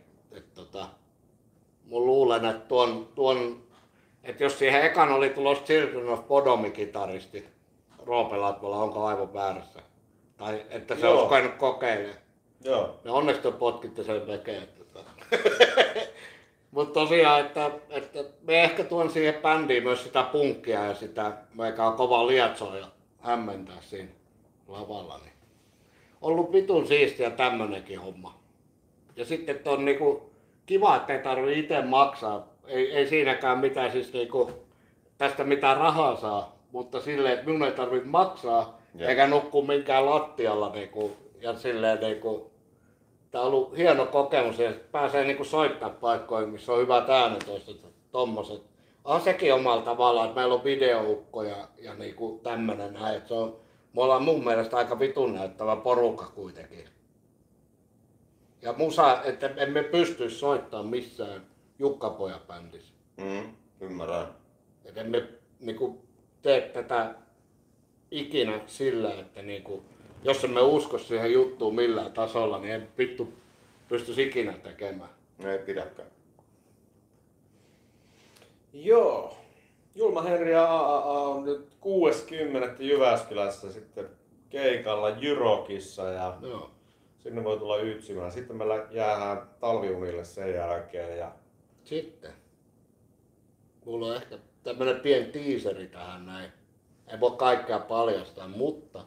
Mun luulen, että että jos siihen ekan oli tulossa Children of Bodom-kitaristi, Roope Latvala, onko aivan väärässä? Tai että se olisi kokenut kokeilemaan. Joo. Ja onneksi te potkitte sen vekeen. Mutta tosiaan, että me ehkä tuon siihen bändiin myös sitä punkkia ja sitä, meikä on kova lietsoa ja hämmentää siinä lavalla. Niin. Ollut vitun siistiä tämmönenkin homma. Ja sitten on niinku kiva, että ei tarvitse itse maksaa. Ei siinäkään mitään siis niinku, tästä mitään rahaa saa, mutta silleen, että minun ei tarvitse maksaa eikä nukkua minkään lattialla niinku, ja silleen niinku, tää on ollut hieno kokemus ja pääsee niinku soittaa paikkoihin, missä on hyvät äänetoistot, tommoset. On sekin omalla tavallaan, että meillä on videoukko ja niinku tämmönen näin, että se on, me ollaan mun mielestä aika vitun näyttävä porukka kuitenkin. Ja musa, että emme pysty soittamaan missään Jukka-pojabändissä. Ymmärrän. Että emme niinku tee tätä ikinä sillä, että niinku, jos emme usko siihen juttuun millään tasolla, niin en vittu pystyisi ikinä tekemään. No ei pidäkään. Joo. Julma Henri ja AAA on nyt 60. Jyväskylässä sitten keikalla Jyrokissa ja Joo. sinne voi tulla ytsimään. Sitten me jäädään talviunille sen jälkeen. Ja Sitten. Mulla on ehkä tämmönen pieni tiiseri tähän näin. Ei voi kaikkea paljastaa, mutta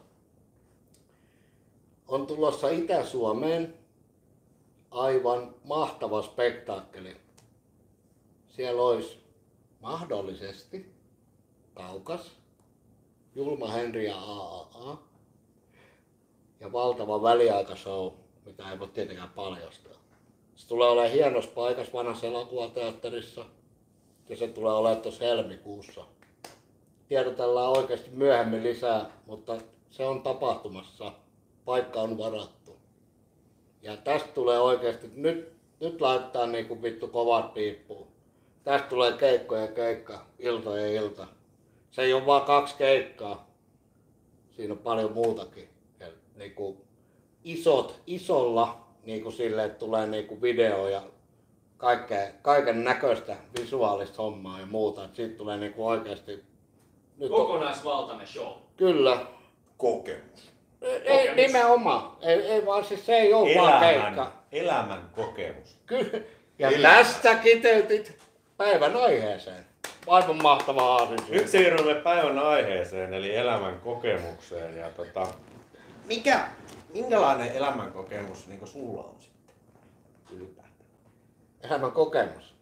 on tulossa Itä-Suomeen aivan mahtava spektaakkeli. Siellä olisi mahdollisesti Kaukas, Julma Henri ja AAA ja valtava väliaikashow, mitä ei voi tietenkään paljastaa. Se tulee olemaan hienossa paikassa vanhassa elokuvateatterissa ja se tulee olemaan tuossa helmikuussa. Tiedotellaan oikeasti myöhemmin lisää, mutta se on tapahtumassa. Paikka on varattu. Ja tästä tulee oikeasti, nyt laittaa niinku vittu kovat piippuun. Tästä tulee keikko ja keikka, ilta ja ilta. Se ei ole vaan 2 keikkaa. Siinä on paljon muutakin. Ja niinku isolla niinku sille, että tulee niinku video ja kaiken näköistä visuaalista hommaa ja muuta. Et siitä tulee niinku oikeasti Kokonaisvaltainen show. Kyllä. Kokemus. Ei nimenomaan. Ei vaan siis se ei ole vaan keikka. Elämän kokemus. Kyllä. Ja tästä kiteytit päivän aiheeseen. Aivan mahtava aasinsilta. Nyt siirrymme päivän aiheeseen eli elämän kokemukseen. Ja minkälainen elämän kokemus niin sulla on sitten ylipäätään? Elämän kokemus.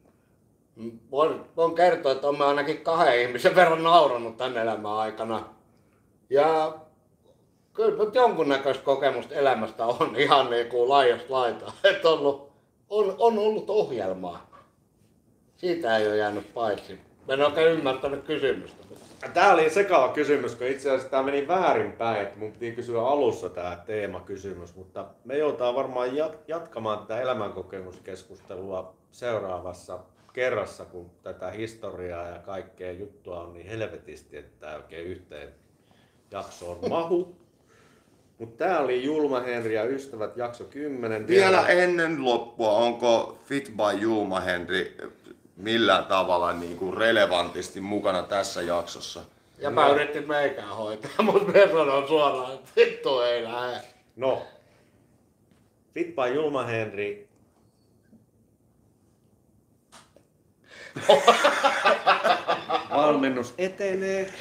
Voin kertoa, että olen ainakin 2 ihmisen verran naurannut tämän elämän aikana. Ja kyllä jonkunnäköistä kokemusta elämästä on ihan niin kuin laajasta laitaan. Että on ollut ohjelmaa. Siitä ei ole jäänyt paitsi. Mä en oikein ymmärtänyt kysymystä. Tää oli sekava kysymys, kun itse asiassa tää meni väärinpäin. Mun piti kysyä alussa tää teemakysymys, mutta me joutaa varmaan jatkamaan tätä elämänkokemuskeskustelua seuraavassa kerrassa, kun tätä historiaa ja kaikkea juttua on niin helvetisti, että tää oikein yhteen jaksoon mahu. Mutta tää oli Julma Henri ja ystävät jakso 10. Vielä ennen loppua, onko Fit by Julma Henri millään tavalla niin kuin relevantisti mukana tässä jaksossa? Ja mä yritin meikään hoitaa, mutta mä sanon suoraan, että vittu ei lähde. No, Fit by Julma Henri. Valmennus etenee.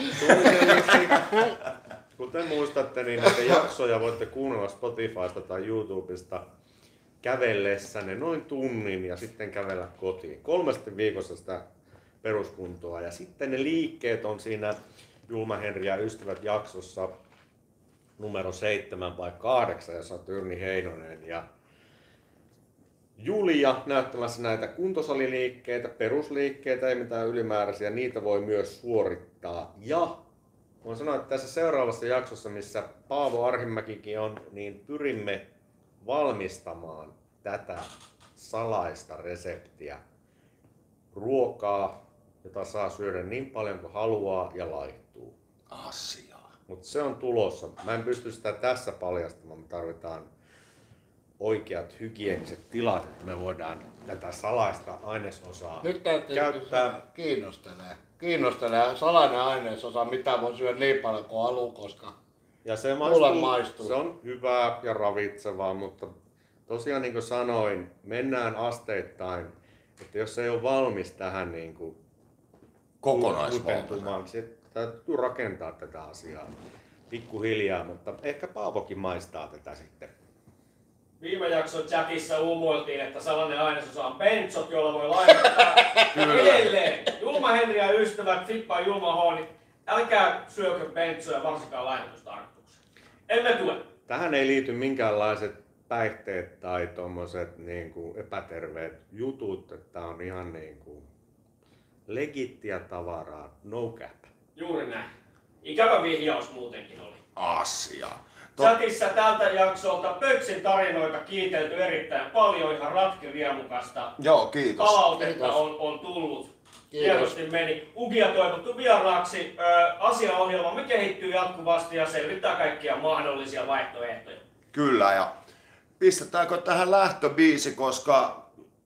Kuten muistatte, niin näitä jaksoja voitte kuunnella Spotifysta tai YouTubesta kävellessänne noin tunnin ja sitten kävellä kotiin. 3 viikossa sitä peruskuntoa. Ja sitten ne liikkeet on siinä Julma Henri ja ystävät jaksossa numero 7 vai 8, jossa on Tyrni Heinonen ja Julia näyttämässä näitä kuntosaliliikkeitä, perusliikkeitä, ei mitään ylimääräisiä, niitä voi myös suorittaa. Ja voin sanoa, että tässä seuraavassa jaksossa, missä Paavo Arhimäkikin on, niin pyrimme valmistamaan tätä salaista reseptiä. Ruokaa, jota saa syödä niin paljon kuin haluaa ja laihtuu. Asiaa. Mutta se on tulossa. Mä en pysty sitä tässä paljastamaan. Me tarvitaan oikeat hygieeniset tilat, että me voidaan tätä salaista ainesosaa Nyt täytyy käyttää. Kiinnostelee salainen ainesosa, mitä voi syödä niin paljon kuin haluaa, koska Ja se maistuu. Se on hyvää ja ravitsevaa, mutta tosiaan niin kuin sanoin, mennään asteittain. Että jos ei ole valmis tähän niin kuin Kokonaisvaltainen. se täytyy rakentaa tätä asiaa pikkuhiljaa, mutta ehkä Paavokin maistaa tätä sitten. Viime jakson chatissa uumoiltiin, että salainen ainesosa on bentsot, jolla voi laittaa edelleen. Julma Henri ja ystävät, Fippa ja Julma H, niin älkää syökö bentsoja varsinkaan laihdutustarkoitukseen. Emme tule. Tähän ei liity minkäänlaiset päihteet tai tommoset niin kuin epäterveet jutut, että tää on ihan niin kuin legittiä tavaraa, no cap. Juuri näin. Ikävä vihjaus muutenkin oli. Asia. Chatissa tältä jaksolta Pötsin tarinoita kiitelty erittäin paljon, ihan ratkiriemukasta Joo, kiitos. palautetta on tullut. Hienosti meni. Ugia toivottu vieraaksi. Asiaohjelmamme kehittyy jatkuvasti ja selvittää kaikkia mahdollisia vaihtoehtoja. Kyllä, ja pistetäänkö tähän lähtöbiisi, koska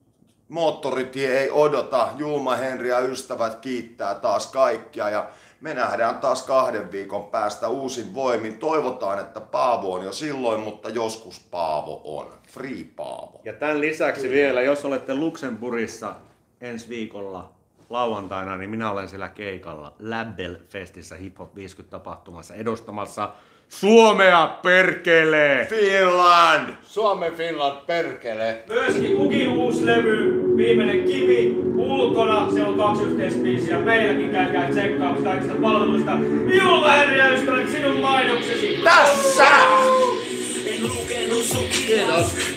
Moottoritie ei odota. Julma Henri ja ystävät kiittää taas kaikkia. Ja me nähdään taas 2 viikon päästä uusin voimin. Toivotaan, että Paavo on jo silloin, mutta joskus Paavo on. Free Paavo. Ja tämän lisäksi vielä, jos olette Luxemburgissa ensi viikolla lauantaina, niin minä olen siellä keikalla Label Festissä Hip Hop 50 tapahtumassa edustamassa Suomea perkele! Finland! Suomen Finland perkele! Myöskin Ukin uusi levy, Viimeinen kivi, ulkona, se on 2 yhteisbiisiä. Meilläkin käykää tsekkaamassa kaikista palveluista. Julma Henri ja ystävät, sinun mainoksesi! Tässä! En lukenut sun kirjaa.